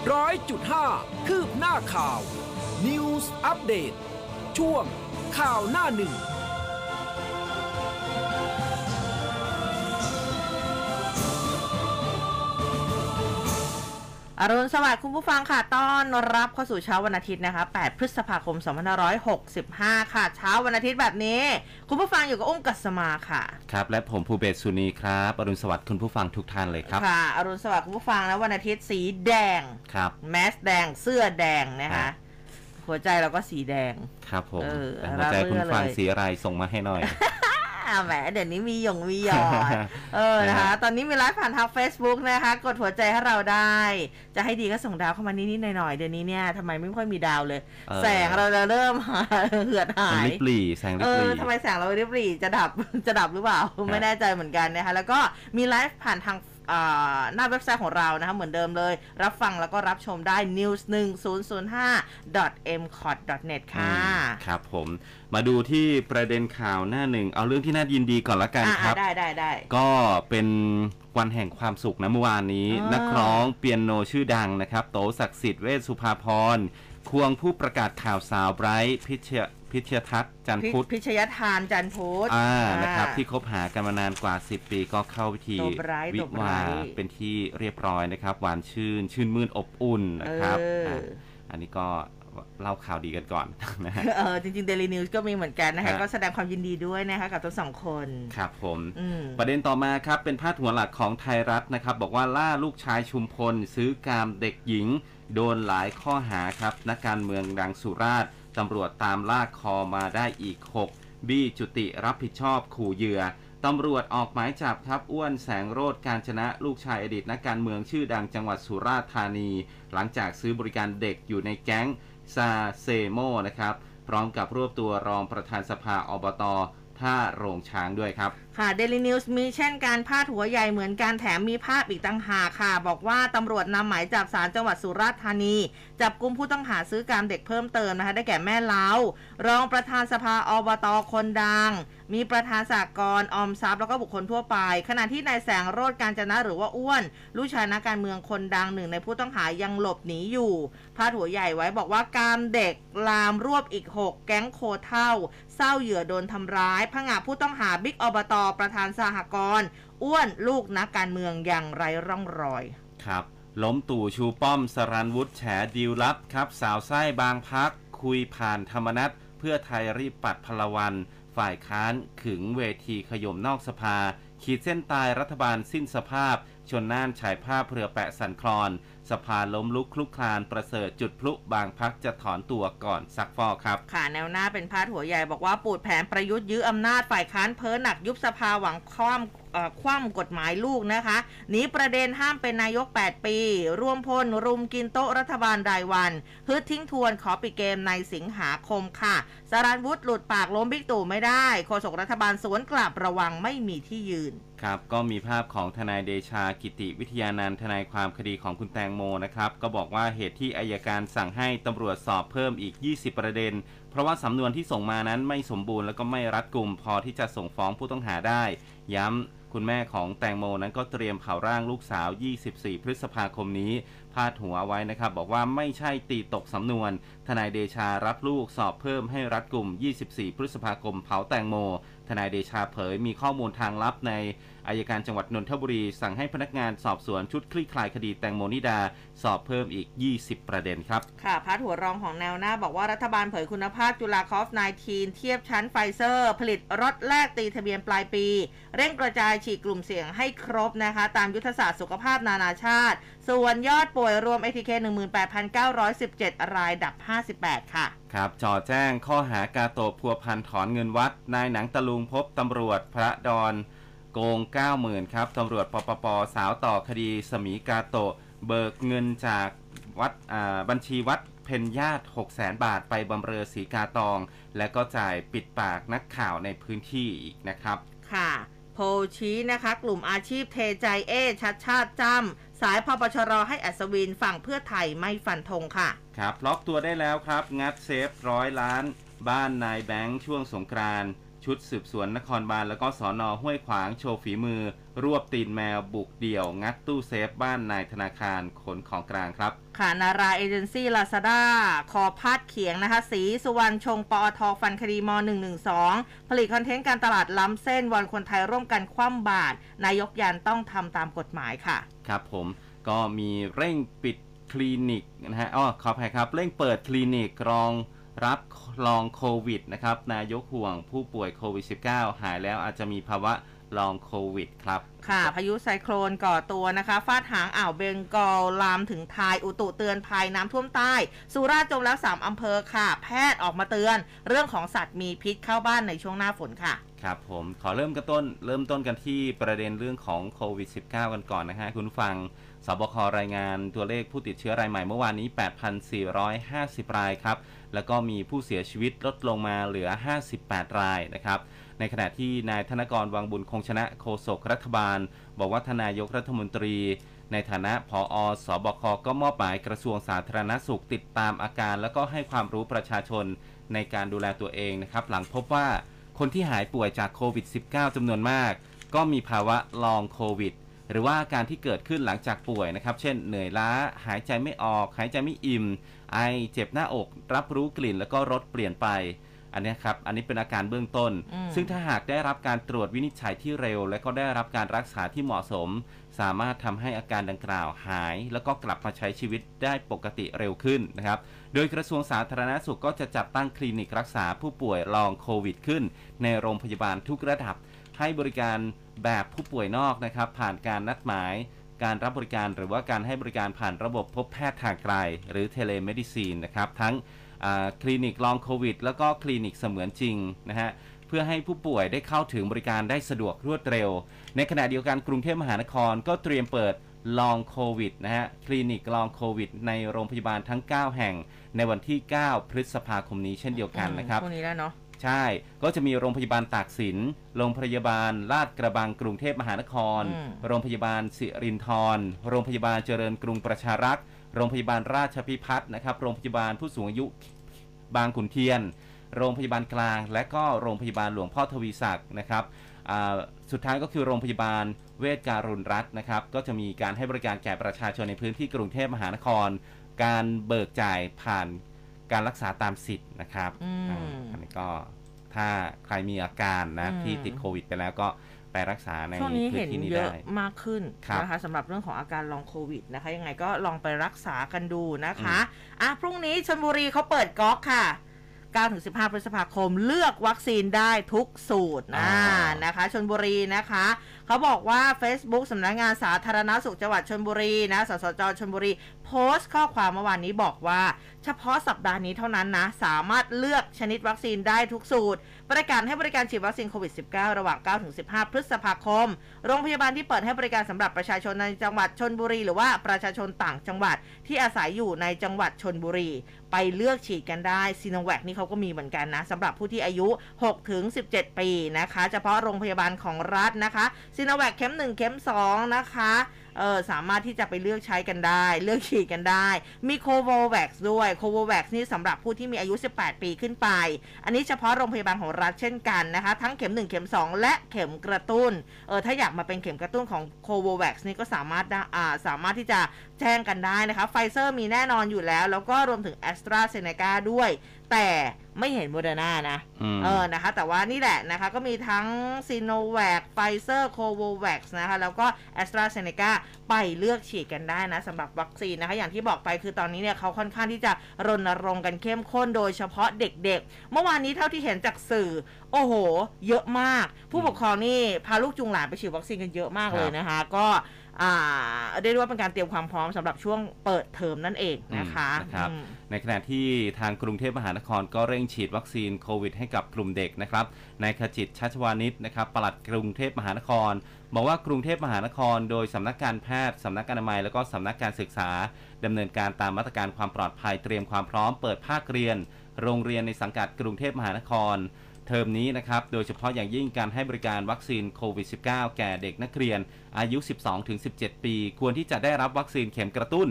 100.5 คืบหน้าข่าว News Update ช่วงข่าวหน้าหนึ่งอรุณสวัสดิ์คุณผู้ฟังค่ะต้อนรับเข้าสู่เช้าวันอาทิตย์นะคะ8พฤษภาคม2565ค่ะเช้าวันอาทิตย์แบบนี้คุณผู้ฟังอยู่กับอุ้มกัสมาค่ะครับและผมภูเบศสุนีครับอรุณสวัสดิ์คุณผู้ฟังทุกท่านเลยครับค่ะอรุณสวัสดิ์คุณผู้ฟังแล้ววันอาทิตย์สีแดงครับแมสแดงเสื้อแดงนะคะหัวใจเราก็สีแดงครับผมหัวใจคุณฟังสีอะไรส่งมาให้หน่อยแหมเดี๋ยวนี้มีหยอดนะคะตอนนี้มีไลฟ์ผ่านทาง Facebook นะคะกดหัวใจให้เราได้จะให้ดีก็ส่งดาวเข้ามานิดๆหน่อยๆเดี๋ยวนี้เนี่ยทำไมไม่ค่อยมีดาวเลยแสงเราจะเริ่มเหือดหายริบหรี่แสงริบหรี่ทำไมแสงเราริบหรี่จะดับหรือเปล่าไม่แน่ใจเหมือนกันนะคะแล้วก็มีไลฟ์ผ่านทางหน้าเว็บไซต์ของเรานะคะเหมือนเดิมเลยรับฟังแล้วก็รับชมได้ news1005.mcot.net ค่ะครับผมมาดูที่ประเด็นข่าวหน้าหนึ่งเอาเรื่องที่น่ายินดีก่อนละกันครับได้ก็เป็นวันแห่งความสุขนะเมื่อวานนี้นักร้องเปียโนชื่อดังนะครับโตศักดิ์สิทธิ์เวชสุภาพรควงผู้ประกาศข่าวสาวไบรท์พิชยทัศน์จันพุทธพิชยทานจันพุทธนะครับที่คบหากันมานานกว่า10ปีก็เข้าพิธีวิวาห์เป็นที่เรียบร้อยนะครับหวานชื่นมื่นอบอุ่นนะครับอันนี้ก็เล่าข่าวดีกันก่อนนะฮะจริงๆ Daily News ก็มีเหมือนกันนะคะก็แสดงความยินดีด้วยนะคะกับทั้งสองคนครับผมประเด็นต่อมาครับเป็นพาดหัวหลักของไทยรัฐนะครับบอกว่าล่าลูกชายชุมพลซื้อกามเด็กหญิงโดนหลายข้อหาครับนักการเมืองดังสุราษฎร์ตำรวจตามลากคอมาได้อีก6บี้จุติรับผิดชอบขู่เหยื่อตำรวจออกหมายจับครับอ้วนแสงโรจน์การชนะลูกชายอดีตนักการเมืองชื่อดังจังหวัดสุราษฎร์ธานีหลังจากซื้อบริการเด็กอยู่ในแก๊งซาเซโมนะครับพร้อมกับรวบตัวรองประธานสภาอบต.ท่าโรงช้างด้วยครับค่ะ Daily News มีเช่นการพาดหัวใหญ่เหมือนการแถมมีภาพอีกต่างหากค่ะบอกว่าตำรวจนำหมายจับศาลจังหวัดสุราษฎร์ธานีจับกุมผู้ต้องหาซื้อกามเด็กเพิ่มเติมนะคะได้แก่แม่เล้ารองประธานสภาอบต.คนดังมีประธานสหกรณ์ออมทรัพย์แล้วก็บุคคลทั่วไปขณะที่นายแสงโรจน์การจนะหรือว่าอ้วนลูกชายนักการเมืองคนดังหนึ่งในผู้ต้องหายังหลบหนีอยู่พาดหัวใหญ่ไว้บอกว่ากามเด็กลามรวบอีก6แก๊งโคเท่าเศร้าเหยื่อโดนทำร้ายผงาผู้ต้องหาบิ๊กอบต.ประธานสหกรณ์อ้วนลูกนักการเมืองอย่างไร้ร่องรอยครับล้มตู่ชูป้อมสรัญวุฒิแฉดีลลับครับสาวไส้บางพักคุยผ่านธรรมนัสเพื่อไทยรีบปัดพลวันฝ่ายค้านขึงเวทีขย่มนอกสภาขีดเส้นตายรัฐบาลสิ้นสภาพชนน่านฉายภาพเรือแปะสันคลอนสภาล้มลุกคลุกคลานประเสริฐจุดพลุบางพักจะถอนตัวก่อนซักฟอกครับค่ะแนวหน้าเป็นพาดหัวใหญ่บอกว่าปูดแผนประยุทธ์ยื้ออำนาจฝ่ายค้านเพ้อหนักยุบสภาหวังคว่ำกฎหมายลูกนะคะหนีประเด็นห้ามเป็นนายก8ปีรวมพลรุมกินโต๊ะรัฐบาลรายวันฮึดทิ้งทวนขอปิดเกมในสิงหาคมค่ะสรัญวุฒิหลุดปากล้มบิ๊กตู่ไม่ได้โฆษกรัฐบาลสวนกลับระวังไม่มีที่ยืนครับก็มีภาพของทนายเดชากิติวิทยานันท์ทนายความคดีของคุณแตงโมนะครับก็บอกว่าเหตุที่อัยการสั่งให้ตำรวจสอบเพิ่มอีก20ประเด็นเพราะว่าสำนวนที่ส่งมานั้นไม่สมบูรณ์และก็ไม่รัดกุมพอที่จะส่งฟ้องผู้ต้องหาได้ย้ำคุณแม่ของแตงโมนั้นก็เตรียมเผาร่างลูกสาว24พฤษภาคมนี้พาดหัวไว้นะครับบอกว่าไม่ใช่ตีตกสำนวนทนายเดชารับลูกสอบเพิ่มให้รัดกุม24พฤษภาคมเผาแตงโมทนายเดชาเผยมีข้อมูลทางลับในอัยการจังหวัดนนทบุรีสั่งให้พนักงานสอบสวนชุดคลี่คลายคดีแตงโมนิดาสอบเพิ่มอีก20ประเด็นครับค่ะพาดหัวรองของแนวหน้าบอกว่ารัฐบาลเผยคุณภาพจุฬาคอฟ19เทียบชั้นไฟเซอร์ผลิตล็อตแรกตีทะเบียนปลายปีเร่งกระจายฉีดกลุ่มเสี่ยงให้ครบนะคะตามยุทธศาสตร์สุขภาพนานาชาติส่วนยอดป่วยรวม ATK 18,917 รายดับ58ค่ะครับจ่อแจ้งข้อหากาโตะพัวพันถอนเงินวัดนายหนังตะลุงพบตำรวจพระดอนโกง 90,000 ครับตำรวจปปสาวต่อคดีสมีกาโตะเบิกเงินจากวัดบัญชีวัดเพ็ญญาติ 600,000 บาทไปบำเรอศรีกาตองและก็จ่ายปิดปากนักข่าวในพื้นที่อีกนะครับค่ะโพชี้นะคะกลุ่มอาชีพเทใจชัดชาติจำสายพปชรให้อัศวินฝั่งเพื่อไทยไม่ฟันธงค่ะครับล็อกตัวได้แล้วครับงัดเซฟ100 ล้านบ้านนายแบงค์ช่วงสงกรานต์ชุดสืบสวนนครบาลแล้วก็สน.ห้วยขวางโชว์ฝีมือรวบตีนแมวบุกเดี่ยวงัดตู้เซฟบ้านนายธนาคารขนของกลางครับค่ะนาราเอเจนซี่ลาซาด้าคอพาดเขียงนะคะศรีสุวรรณชงปอทฟันคดีม.112 ผลิตคอนเทนต์การตลาดล้ำเส้นวอนคนไทยร่วมกันคว่ำบาตรนายกยันต้องทำตามกฎหมายค่ะครับผมก็มีเร่งปิดคลินิกนะฮะขออภัยครับเร่งเปิดคลินิกรองรับลองโควิดนะครับนายกห่วงผู้ป่วยโควิด -19 หายแล้วอาจจะมีภาวะลองโควิดครับค่ะพายุไซโคลนก่อตัวนะคะฟาดหางอ่าวเบงกอลลามถึงไทยอุตุเตือนภัยน้ำท่วมใต้สุราษฎร์จมแล้ว3อำเภอค่ะแพทย์ออกมาเตือนเรื่องของสัตว์มีพิษเข้าบ้านในช่วงหน้าฝนค่ะครับผมขอเริ่มต้นกันที่ประเด็นเรื่องของโควิด -19 กันก่อนนะฮะคุณผู้ฟังสบครายงานตัวเลขผู้ติดเชื้อรายใหม่เมื่อวานนี้ 8,450 รายครับแล้วก็มีผู้เสียชีวิตลดลงมาเหลือ58รายนะครับในขณะที่นายธนกรวังบุญคงชนะโฆษกรัฐบาลบอกว่าทนายกรัฐมนตรีในฐานะผอ.สบคก็มอบหมายกระทรวงสาธารณสุขติดตามอาการแล้วก็ให้ความรู้ประชาชนในการดูแลตัวเองนะครับหลังพบว่าคนที่หายป่วยจากโควิด -19 จำนวนมากก็มีภาวะลองโควิดหรือว่าอาการที่เกิดขึ้นหลังจากป่วยนะครับเช่นเหนื่อยล้าหายใจไม่ออกหายใจไม่อิ่มไอเจ็บหน้าอกรับรู้กลิ่นแล้วก็รสเปลี่ยนไปอันนี้ครับอันนี้เป็นอาการเบื้องต้นซึ่งถ้าหากได้รับการตรวจวินิจฉัยที่เร็วและก็ได้รับการรักษาที่เหมาะสมสามารถทำให้อาการดังกล่าวหายแล้วก็กลับมาใช้ชีวิตได้ปกติเร็วขึ้นนะครับโดยกระทรวงสาธารณสุขก็จะจัดตั้งคลินิกรักษาผู้ป่วยลองโควิดขึ้นในโรงพยาบาลทุกระดับให้บริการแบบผู้ป่วยนอกนะครับผ่านการนัดหมายการรับบริการหรือว่าการให้บริการผ่านระบบพบแพทย์ทางไกลหรือเทเลเมดิซีนนะครับทั้งคลินิกลองโควิดแล้วก็คลินิกเสมือนจริงนะฮะเพื่อให้ผู้ป่วยได้เข้าถึงบริการได้สะดวกรวดเร็วในขณะเดียวกันกรุงเทพมหานครก็เตรียมเปิดลองโควิดนะฮะคลินิกลองโควิดในโรงพยาบาลทั้ง9แห่งในวันที่9พฤษภาคมนี้เช่นเดียวกันนะครับพรุ่งนี้แล้วเนาะใช่ก็จะมีโรงพยาบาลตากสินโรงพยาบาลลาดกระบังกรุงเทพมหานครโรงพยาบาลสิรินธรโรงพยาบาลเจริญกรุงประชารักษ์โรงพยาบาลราชพิพัฒน์นะครับโรงพยาบาลผู้สูงอายุบางขุนเทียนโรงพยาบาลกลางและก็โรงพยาบาลหลวงพ่อทวีศักดิ์นะครับสุดท้ายก็คือโรงพยาบาลเวชการุณรัตน์นะครับก็จะมีการให้บริการแก่ประชาชนในพื้นที่กรุงเทพมหานครการเบิกจ่ายผ่านการรักษาตามสิทธิ์นะครับอันนี้ก็ถ้าใครมีอาการนะที่ติดโควิดไปแล้วก็ไปรักษาในพื้นที่นี้ได้ช่วงนี้เห็นเยอะมากขึ้นนะคะสำหรับเรื่องของอาการลองโควิดนะคะยังไงก็ลองไปรักษากันดูนะคะพรุ่งนี้ชลบุรีเขาเปิดก๊อกค่ะ9-15 พฤษภาคมเลือกวัคซีนได้ทุกสูตรนะคะชลบุรีนะคะเขาบอกว่า Facebook สำนักงานสาธารณสุขจังหวัดชลบุรีนะสสจ.ชลบุรีโพสต์ข้อความเมื่อวานนี้บอกว่าเฉพาะสัปดาห์นี้เท่านั้นนะสามารถเลือกชนิดวัคซีนได้ทุกสูตรประกาศให้บริการฉีดวัคซีนโควิด -19 ระหว่าง 9-15 พฤษภาคมโรงพยาบาลที่เปิดให้บริการสำหรับประชาชนในจังหวัดชลบุรีหรือว่าประชาชนต่างจังหวัดที่อาศัยอยู่ในจังหวัดชลบุรีไปเลือกฉีดกันได้ซีโนแวคนี่เขาก็มีเหมือนกันนะสำหรับผู้ที่อายุ 6-17 ปีนะคะเฉพาะโรงพยาบาลของรัฐนะคะซีโนแวคเข็ม1เข็ม2นะคะสามารถที่จะไปเลือกใช้กันได้เลือกฉีดกันได้มีโคโวแว็กซ์ด้วยโคโวแว็กซ์นี่สำหรับผู้ที่มีอายุ18ปีขึ้นไปอันนี้เฉพาะโรงพยาบาลของรัฐเช่นกันนะคะทั้งเข็ม1เข็ม2และเข็มกระตุ้นถ้าอยากมาเป็นเข็มกระตุ้นของโคโวแว็กซ์นี่ก็สามารถที่จะแจ้งกันได้นะคะไฟเซอร์มีแน่นอนอยู่แล้วก็รวมถึงแอสตราเซเนกาด้วยแต่ไม่เห็นโมเดอร์นานะนะคะแต่ว่านี่แหละนะคะก็มีทั้งซีโนแวคไฟเซอร์โคโวแว็กซ์นะคะแล้วก็แอสตราเซเนกาไปเลือกฉีดกันได้นะสำหรับวัคซีนนะคะอย่างที่บอกไปคือตอนนี้เนี่ยเขาค่อนข้างที่จะรณรงค์กันเข้มข้นโดยเฉพาะเด็กๆเมื่อวานนี้เท่าที่เห็นจากสื่อโอ้โหเยอะมากผู้ปกครองนี่พาลูกจูงหลานไปฉีดวัคซีนกันเยอะมากเลยนะคะก็ได้เรียกว่าเป็นการเตรียมความพร้อมสำหรับช่วงเปิดเทอมนั่นเองนะคะในขณะที่ทางกรุงเทพมหานครก็เร่งฉีดวัคซีนโควิดให้กับกลุ่มเด็กนะครับนายขจิตชัชวานิชนะครับปลัดกรุงเทพมหานครบอกว่ากรุงเทพมหานครโดยสำนักการแพทย์สำนักอนามัยแล้วก็สำนักการศึกษาดำเนินการตามมาตรการความปลอดภัยเตรียมความพร้อมเปิดภาคเรียนโรงเรียนในสังกัดกรุงเทพมหานครเทอมนี้นะครับโดยเฉพาะอย่างยิ่งการให้บริการวัคซีนโควิด -19 แก่เด็กนักเรียนอายุ 12-17 ปีควรที่จะได้รับวัคซีนเข็มกระตุ้น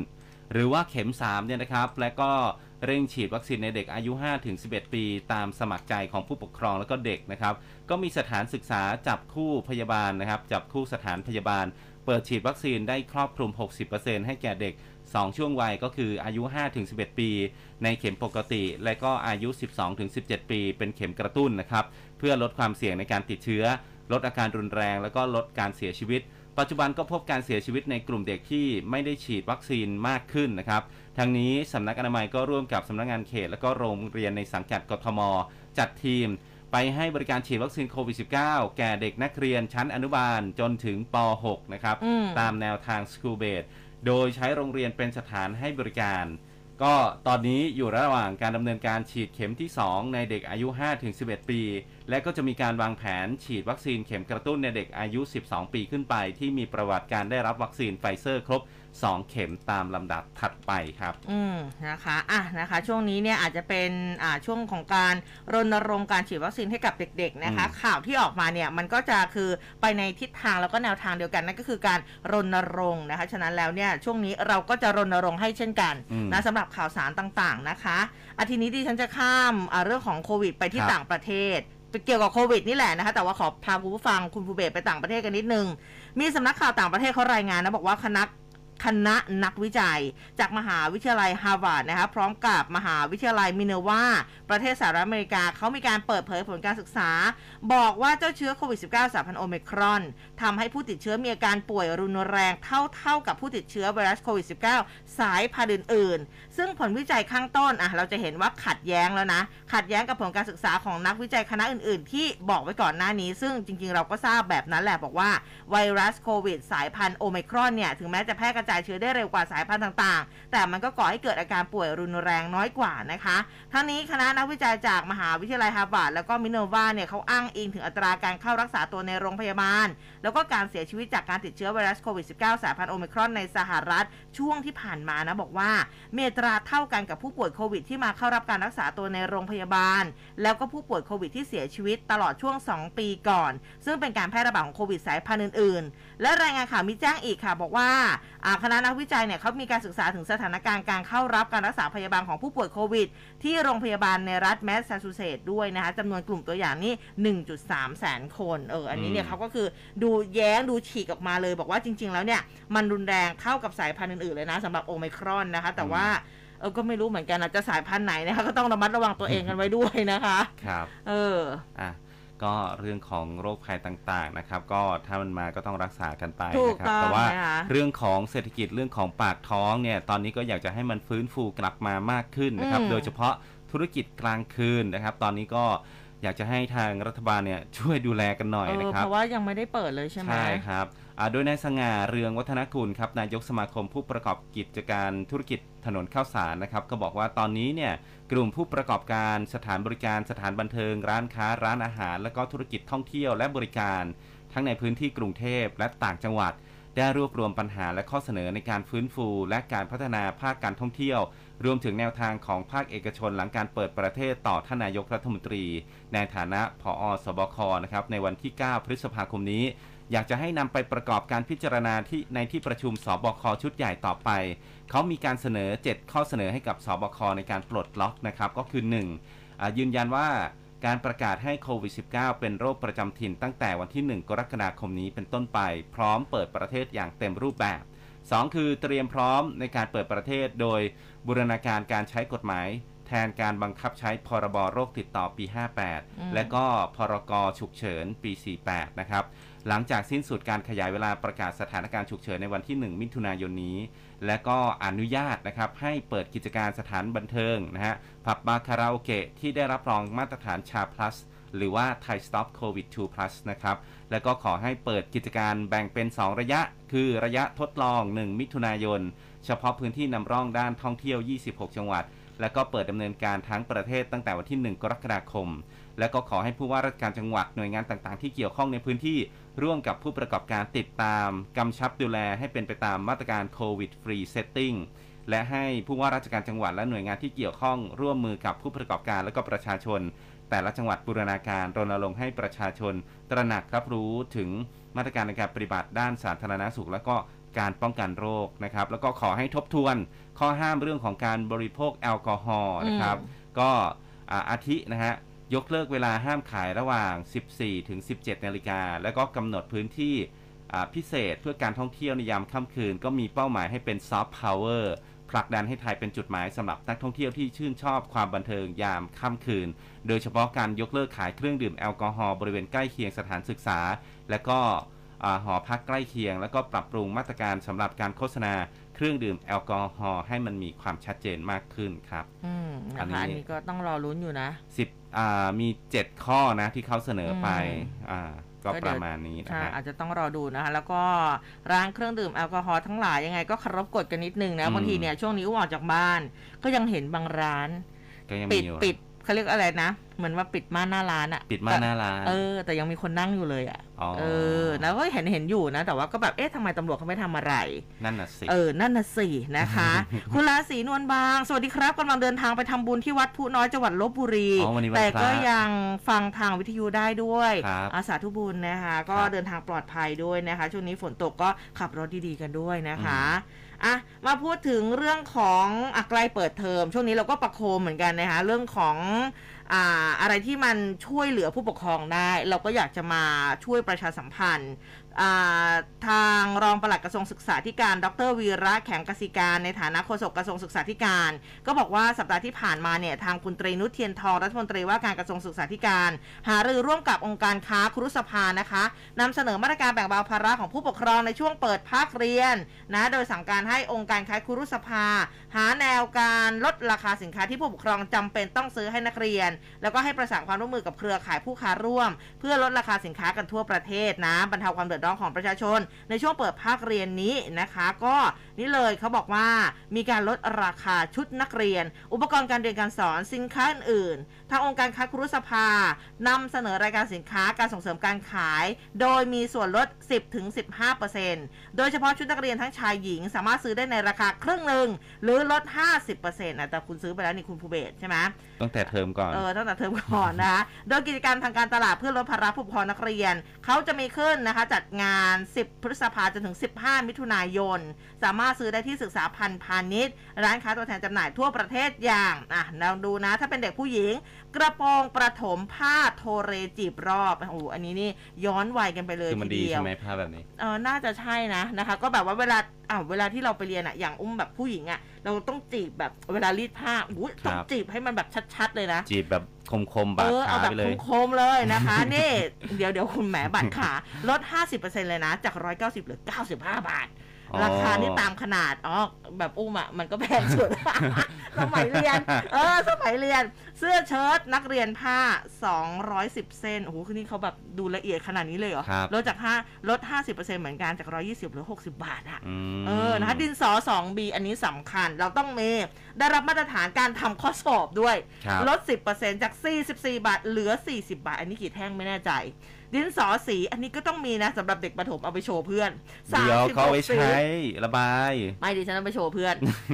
หรือว่าเข็ม3เนี่ยนะครับและก็เร่งฉีดวัคซีนในเด็กอายุ 5-11 ปีตามสมัครใจของผู้ปกครองและก็เด็กนะครับก็มีสถานศึกษาจับคู่พยาบาลนะครับจับคู่สถานพยาบาลเปิดฉีดวัคซีนได้ครอบคลุม 60% ให้แก่เด็ก2ช่วงวัยก็คืออายุ 5-11 ปีในเข็มปกติและก็อายุ 12-17 ปีเป็นเข็มกระตุ้นนะครับเพื่อลดความเสี่ยงในการติดเชื้อลดอาการรุนแรงแล้วก็ลดการเสียชีวิตปัจจุบันก็พบการเสียชีวิตในกลุ่มเด็กที่ไม่ได้ฉีดวัคซีนมากขึ้นนะครับทั้งนี้สำนักอนามัยก็ร่วมกับสำนักงานเขตและก็โรงเรียนในสังกัดกทม.จัดทีมไปให้บริการฉีดวัคซีนโควิด -19 แก่เด็กนักเรียนชั้นอนุบาลจนถึงป .6 นะครับตามแนวทาง School Base โดยใช้โรงเรียนเป็นสถานให้บริการก็ตอนนี้อยู่ระหว่างการดำเนินการฉีดเข็มที่ 2 ในเด็กอายุ 5-11 ปีและก็จะมีการวางแผนฉีดวัคซีนเข็มกระตุ้นในเด็กอายุ 12 ปีขึ้นไปที่มีประวัติการได้รับวัคซีนไฟเซอร์ครบ2 เข็มตามลำดับถัดไปครับนะคะนะคะช่วงนี้เนี่ยอาจจะเป็นช่วงของการรณรงค์การฉีดวัคซีนให้กับเด็กๆนะคะข่าวที่ออกมาเนี่ยมันก็จะคือไปในทิศทางแล้วก็แนวทางเดียวกันนั่นก็คือการรณรงค์นะคะฉะนั้นแล้วเนี่ยช่วงนี้เราก็จะรณรงค์ให้เช่นกันนะสำหรับข่าวสารต่างๆนะคะทีนี้ดิฉันจะข้ามเรื่องของโควิดไปที่ต่างประเทศเกี่ยวกับโควิดนี่แหละนะคะแต่ว่าขอพาคุณผู้ฟังคุณภูเบศไปต่างประเทศกันนิดนึงมีสำนักข่าวต่างประเทศเขารายงานนะบอกว่าคณะนักวิจัยจากมหาวิทยาลัยฮาร์วาร์ดนะคะพร้อมกับมหาวิทยาลัยมิเนวาประเทศสหรัฐอเมริกาเขามีการเปิดเผยผลการศึกษาบอกว่าเจ้าเชื้อโควิด -19 สายพันธุ์โอไมครอนทำให้ผู้ติดเชื้อมีอาการป่วยรุนแรงเท่ากับผู้ติดเชื้อไวรัสโควิด -19 สายพันธุ์อื่นๆซึ่งผลวิจัยข้างต้นเราจะเห็นว่าขัดแย้งแล้วนะขัดแย้งกับผลการศึกษาของนักวิจัยคณะอื่นๆที่บอกไว้ก่อนหน้านี้ซึ่งจริงๆเราก็ทราบแบบนั้นแหละบอกว่าไวรัสโควิดสายพันธุ์โอไมครอนเนี่ยถึงแม้จะแพร่กระจายเชื้อได้เร็วกว่าสายพันธุ์ต่างๆแต่มันก็ก่อให้เกิดอาการป่วยรุนแรงน้อยกว่านะคะทั้งนี้คณะนักวิจัยจากมหาวิทยาลัยฮาร์วาร์ดแล้วก็มิเนวาเนี่ยเขาอ้างอิงถึงอัตราการเข้ารักษาตัวในโรงพยาบาลแล้วก็การเสียชีวิตจากการติดเชื้อไวรัสโควิด -19 สายพันธุ์โอไมครอนในสหรัฐช่วงที่ผ่านมานะบอกว่ามีอัตราเท่ากันกับผู้ป่วยโควิดที่มาเข้ารับการรักษาตัวในโรงพยาบาลแล้วก็ผู้ป่วยโควิดที่เสียชีวิตตลอดช่วง2ปีก่อนซึ่งเป็นการแพร่ระบาดของโควิดสายพันธุ์อื่นๆและรายงานข่าวมีแจ้งอีกค่ะบอกว่าคณะนักวิจัยเนี่ยเขามีการศึกษาถึงสถานการณ์การเข้ารับการรักษาพยาบาลของผู้ป่วยโควิดที่โรงพยาบาลในรัฐแมสซาชูเซตส์ด้วยนะคะจำนวนกลุ่มตัวอย่างนี่ 1.3 แสนคนอันนี้เนี่ยเขาก็คือดูแย้งดูฉีกออกมาเลยบอกว่าจริงๆแล้วเนี่ยมันรุนแรงเท่ากับสายพันธุ์อื่นๆเลยนะสำหรับโอไมครอนนะคะแต่ว่าก็ไม่รู้เหมือนกันจะสายพันธุ์ไหนนะคะก็ต้องระมัดระวังตัวเองกันไว้ด้วยนะคะครับก็เรื่องของโรคภัยต่างๆนะครับก็ถ้ามันมาก็ต้องรักษากันไปนะครับแต่ว่าเรื่องของเศรษฐกิจเรื่องของปากท้องเนี่ยตอนนี้ก็อยากจะให้มันฟื้นฟูกลับมามากขึ้นนะครับโดยเฉพาะธุรกิจกลางคืนนะครับตอนนี้ก็อยากจะให้ทางรัฐบาลเนี่ยช่วยดูแลกันหน่อยนะครับเพราะว่ายังไม่ได้เปิดเลยใช่ไหมใช่ครับโดยนายสง่าเรืองวัฒนกุลครับนายกสมาคมผู้ประกอบกิจการธุรกิจถนนข้าวสารนะครับก็บอกว่าตอนนี้เนี่ยกลุ่มผู้ประกอบการสถานบริการสถานบันเทิงร้านค้าร้านอาหารและก็ธุรกิจท่องเที่ยวและบริการทั้งในพื้นที่กรุงเทพและต่างจังหวัดได้รวบรวมปัญหาและข้อเสนอในการฟื้นฟูและการพัฒนาภาคการท่องเที่ยวรวมถึงแนวทางของภาคเอกชนหลังการเปิดประเทศต่อท่านนายกรัฐมนตรีในฐานะผอ.สบค.นะครับในวันที่ 9 พฤษภาคมนี้อยากจะให้นำไปประกอบการพิจารณาในที่ประชุมสบค.ชุดใหญ่ต่อไปเขามีการเสนอ7ข้อเสนอให้กับสบค.ในการปลดล็อกนะครับก็คือ 1. ยืนยันว่าการประกาศให้โควิด -19 เป็นโรคประจำถิ่นตั้งแต่วันที่ 1 กรกฎาคมนี้เป็นต้นไปพร้อมเปิดประเทศอย่างเต็มรูปแบบ 2. คือเตรียมพร้อมในการเปิดประเทศโดยบูรณาการการใช้กฎหมายแทนการบังคับใช้พรบโรคติดต่อปี 58 และก็พรกฉุกเฉินปี 48 นะครับหลังจากสิ้นสุดการขยายเวลาประกาศสถานการณ์ฉุกเฉินในวันที่ 1 มิถุนายนนี้และก็อนุญาตนะครับให้เปิดกิจการสถานบันเทิงนะฮะผับบาร์คาราโอเกะที่ได้รับรองมาตรฐานชา plus หรือว่า Thai Stop COVID 2 plus นะครับและก็ขอให้เปิดกิจการแบ่งเป็น2ระยะคือระยะทดลอง1มิถุนายนเฉพาะพื้นที่นำร่องด้านท่องเที่ยว26จังหวัดและก็เปิดดำเนินการทั้งประเทศตั้งแต่วันที่1กรกฎาคมและก็ขอให้ผู้ว่าราชการจังหวัดหน่วยงานต่างๆที่เกี่ยวข้องในพื้นที่ร่วมกับผู้ประกอบการติดตามกำชับดูแลให้เป็นไปตามมาตรการโควิดฟรีเซตติ้งและให้ผู้ว่าราชการจังหวัดและหน่วยงานที่เกี่ยวข้องร่วมมือกับผู้ประกอบการและก็ประชาชนแต่ละจังหวัดบูรณาการรณรงค์ให้ประชาชนตระหนักรับรู้ถึงมาตรการในการปฏิบัติด้านสาธารณสุขและก็การป้องกันโรคนะครับแล้วก็ขอให้ทบทวนข้อห้ามเรื่องของการบริโภคแอลกอฮอล์นะครับก็อาทินะฮะยกเลิกเวลาห้ามขายระหว่าง 14 ถึง 17 นาฬิกาแล้วก็กำหนดพื้นที่พิเศษเพื่อการท่องเที่ยวในยามค่ำคืนก็มีเป้าหมายให้เป็นซอฟต์พาวเวอร์ผลักดันให้ไทยเป็นจุดหมายสำหรับนักท่องเที่ยวที่ชื่นชอบความบันเทิงยามค่ำคืนโดยเฉพาะการยกเลิกขายเครื่องดื่มแอลกอฮอล์บริเวณใกล้เคียงสถานศึกษาและก็หอพักใกล้เคียงแล้วก็ปรับปรุงมาตรการสำหรับการโฆษณาเครื่องดื่มแอลกอฮอล์ให้มันมีความชัดเจนมากขึ้นครับอันนี้ก็ต้องรอลุ้นอยู่นะมี7ข้อนะที่เขาเสนอไปก็ประมาณนี้นะฮะอาจจะต้องรอดูนะคะแล้วก็ร้านเครื่องดื่มแอลกอฮอล์ทั้งหลายยังไงก็เคารพกฎกันนิดนึงนะบางทีเนี่ยช่วงนี้ออกจากบ้านก็ยังเห็นบางร้านปิดเขาเรียกอะไรนะเหมือนว่าปิดม่านหน้าร้านอะปิดม่านหน้าร้านแต่ยังมีคนนั่งอยู่เลยอะแล้วก็เห็นอยู่นะแต่ว่าก็แบบทำไมตำรวจเขาไม่ทำอะไรนั่นน่ะสินั่นน่ะสินะคะ คุณราศีนวลบางสวัสดีครับกำลังเดินทางไปทำบุญที่วัดพุน้อยจังหวัดลพบุรีแต่ก็ยังฟังทางวิทยุได้ด้วยอาสาธุบุญนะคะก็เดินทางปลอดภัยด้วยนะคะช่วงนี้ฝนตกก็ขับรถดีๆกันด้วยนะคะมาพูดถึงเรื่องของใกล้เปิดเทอมช่วงนี้เราก็ประโคมเหมือนกันนะคะเรื่องของอะไรที่มันช่วยเหลือผู้ปกครองได้เราก็อยากจะมาช่วยประชาสัมพันธ์ทางรองปลัดกระทรวงศึกษาธิการดร.วีระแข็งกสิการในฐานะโฆษกกระทรวงศึกษาธิการก็บอกว่าสัปดาห์ที่ผ่านมาเนี่ยทางคุณตรีนุชเทียนทองรัฐมนตรีว่าการกระทรวงศึกษาธิการหารือร่วมกับองค์การค้าครุสภานะคะนำเสนอมาตรการแบ่งเบาภาระของผู้ปกครองในช่วงเปิดภาคเรียนนะโดยสั่งการให้องค์การค้าครุสภาหาแนวการลดราคาสินค้าที่ผู้ปกครองจำเป็นต้องซื้อให้นักเรียนแล้วก็ให้ประสานความร่วมมือกับเครือข่ายผู้ค้าร่วมเพื่อลดราคาสินค้ากันทั่วประเทศนะบรรเทาความเดือดร้อนของประชาชนในช่วงเปิดภาคเรียนนี้นะคะก็นี่เลยเขาบอกว่ามีการลดราคาชุดนักเรียนอุปกรณ์การเรียนการสอนสินค้าอื่นทางองค์การค้าครุสภานำเสนอรายการสินค้าการส่งเสริมการขายโดยมีส่วนลด 10-15% โดยเฉพาะชุดนักเรียนทั้งชายหญิงสามารถซื้อได้ในราคาครึ่งหนึ่งหรือลด 50% แต่คุณซื้อไปแล้วนี่คุณภูเบศใช่ไหมตั้งแต่เทอมก่อนตั้งแต่เทอมก่อนนะคะโดยกิจกรรมทางการตลาดเพื่อลดภาระผู้ปกครองนักเรียนเขาจะมีขึ้นนะคะจัดงาน10 พฤษภาคมจนถึง15 มิถุนายนสามารถซื้อได้ที่ศึกษาพันธ์พาณิชย์ร้านค้าตัวแทนจำหน่ายทั่วประเทศอย่างลองดูนะถ้าเป็นเด็กผู้หญิงกระโปรงประถมผ้าโทเรจีบรอบอันนี้นี่ย้อนวัยกันไปเลยทีเดียวใช่ไหมผ้าแบบนี้น่าจะใช่นะคะก็แบบว่าเวลาที่เราไปเรียนอย่างอุ้มแบบผู้หญิงเราต้องจีบแบบเวลารีดผ้าต้องจีบให้มันแบบชัดๆเลยนะจีบแบบคมๆบาดขาไปเลยคมๆเลยนะคะนี่เดี๋ยวคุณแหมบาดขาลด 50% เลยนะจาก190เหลือ95 บาทราคานี่ตามขนาดแบบอุ้มมันก็แพงสุด สมัยเรียนสมัยเรียนเสื้อเชิ้ตนักเรียนผ้า210 เส้นคือนี่เขาแบบดูละเอียดขนาดนี้เลยเหรอลดจากลด 50% เหมือนกันจาก120เหลือ60 บาทนะคะดินสอ 2B อันนี้สำคัญเราต้องได้รับมาตรฐานการทำข้อสอบด้วยลด 10% จาก 44 บาทเหลือ40 บาทอันนี้กี่แท่งไม่แน่ใจดินสอสีอันนี้ก็ต้องมีนะสำหรับเด็กประถมเอาไปโชว์เพื่อนเดี๋ยวเขาไปใช้ระบายไม่ดิฉันเอาไปโชว์เพื่อน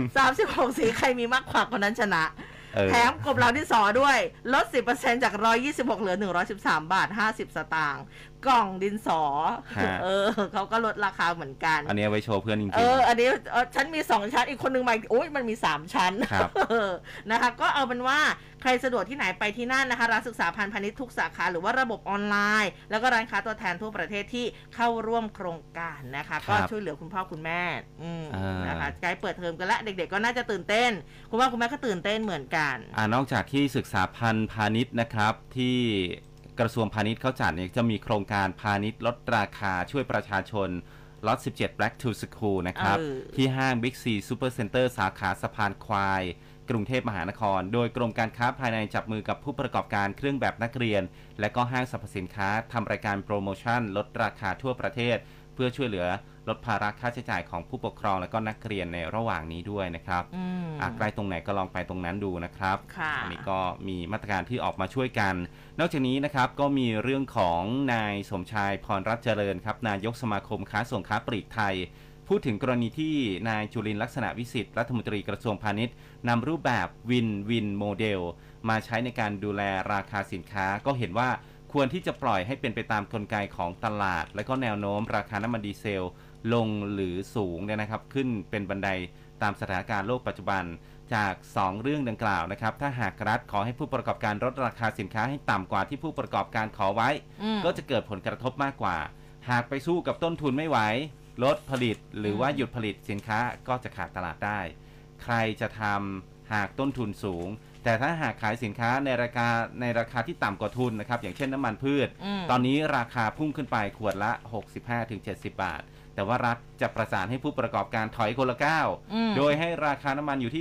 36 สีใครมีมากกว่าคนนั้นชนะแถมกบเหลาดินสอด้วยลด 10% จาก126เหลือ113 บาท 50 สตางค์กล่องดินสอเขาก็ลดราคาเหมือนกันอันนี้เอาไว้โชว์เพื่อนจริงๆอันนี้ฉันมี2ชั้นอีกคนนึงมามันมี3ชั้นนะคะก็เอาเป็นว่าใครสะดวกที่ไหนไปที่นั่นนะคะร้านศึกษาพันธ์พาณิชย์ทุกสาขาหรือว่าระบบออนไลน์แล้วก็ร้านค้าตัวแทนทั่วประเทศที่เข้าร่วมโครงการนะคะก็ช่วยเหลือคุณพ่อคุณแม่นะคะใกล้เปิดเทอมกันแล้วเด็กๆก็น่าจะตื่นเต้นคุณพ่อคุณแม่ก็ตื่นเต้นเหมือนกันนอกจากที่ศึกษาพันธ์พาณิชย์นะครับที่กระทรวงพาณิชย์เขาจัดเนี่ยจะมีโครงการพาณิชย์ลดราคาช่วยประชาชนล็อต17 Black to School นะครับที่ห้าง Big C Super Center สาขาสะพานควายกรุงเทพมหานครโดยกรมการค้าภายในจับมือกับผู้ประกอบการเครื่องแบบนักเรียนและก็ห้างสรรพสินค้าทำรายการโปรโมชั่นลดราคาทั่วประเทศเพื่อช่วยเหลือลดภาระค่าใช้จ่ายของผู้ปกครองและก็นักเรียนในระหว่างนี้ด้วยนะครับใกล้ตรงไหนก็ลองไปตรงนั้นดูนะครับอันนี้ก็มีมาตรการที่ออกมาช่วยกันนอกจากนี้นะครับก็มีเรื่องของนายสมชายพรรัตน์เจริญครับนายกสมาคมค้าส่งค้าปลีกไทยพูดถึงกรณีที่นายจุลินทร์ลักษณะวิสิทธิ์รัฐมนตรีกระทรวงพาณิชย์นำรูปแบบวินวินโมเดลมาใช้ในการดูแลราคาสินค้าก็เห็นว่าควรที่จะปล่อยให้เป็นไปตามกลไกของตลาดและก็แนวโน้มราคาน้ำมันดีเซลลงหรือสูงเนี่ยนะครับขึ้นเป็นบันไดตามสถานการณ์โลกปัจจุบันจาก2เรื่องดังกล่าวนะครับถ้าหากรัฐขอให้ผู้ประกอบการลดราคาสินค้าให้ต่ำกว่าที่ผู้ประกอบการขอไว้ก็จะเกิดผลกระทบมากกว่าหากไปสู้กับต้นทุนไม่ไหวลดผลิตหรือว่าหยุดผลิตสินค้าก็จะขาดตลาดได้ใครจะทำหากต้นทุนสูงแต่ถ้าหากขายสินค้าในราคาที่ต่ำกว่าทุนนะครับอย่างเช่นน้ำมันพืชตอนนี้ราคาพุ่งขึ้นไปขวดละ 65-70 บาทแต่ว่ารัฐจะประสานให้ผู้ประกอบการถอยคนละก้าวโดยให้ราคาน้ำมันอยู่ที่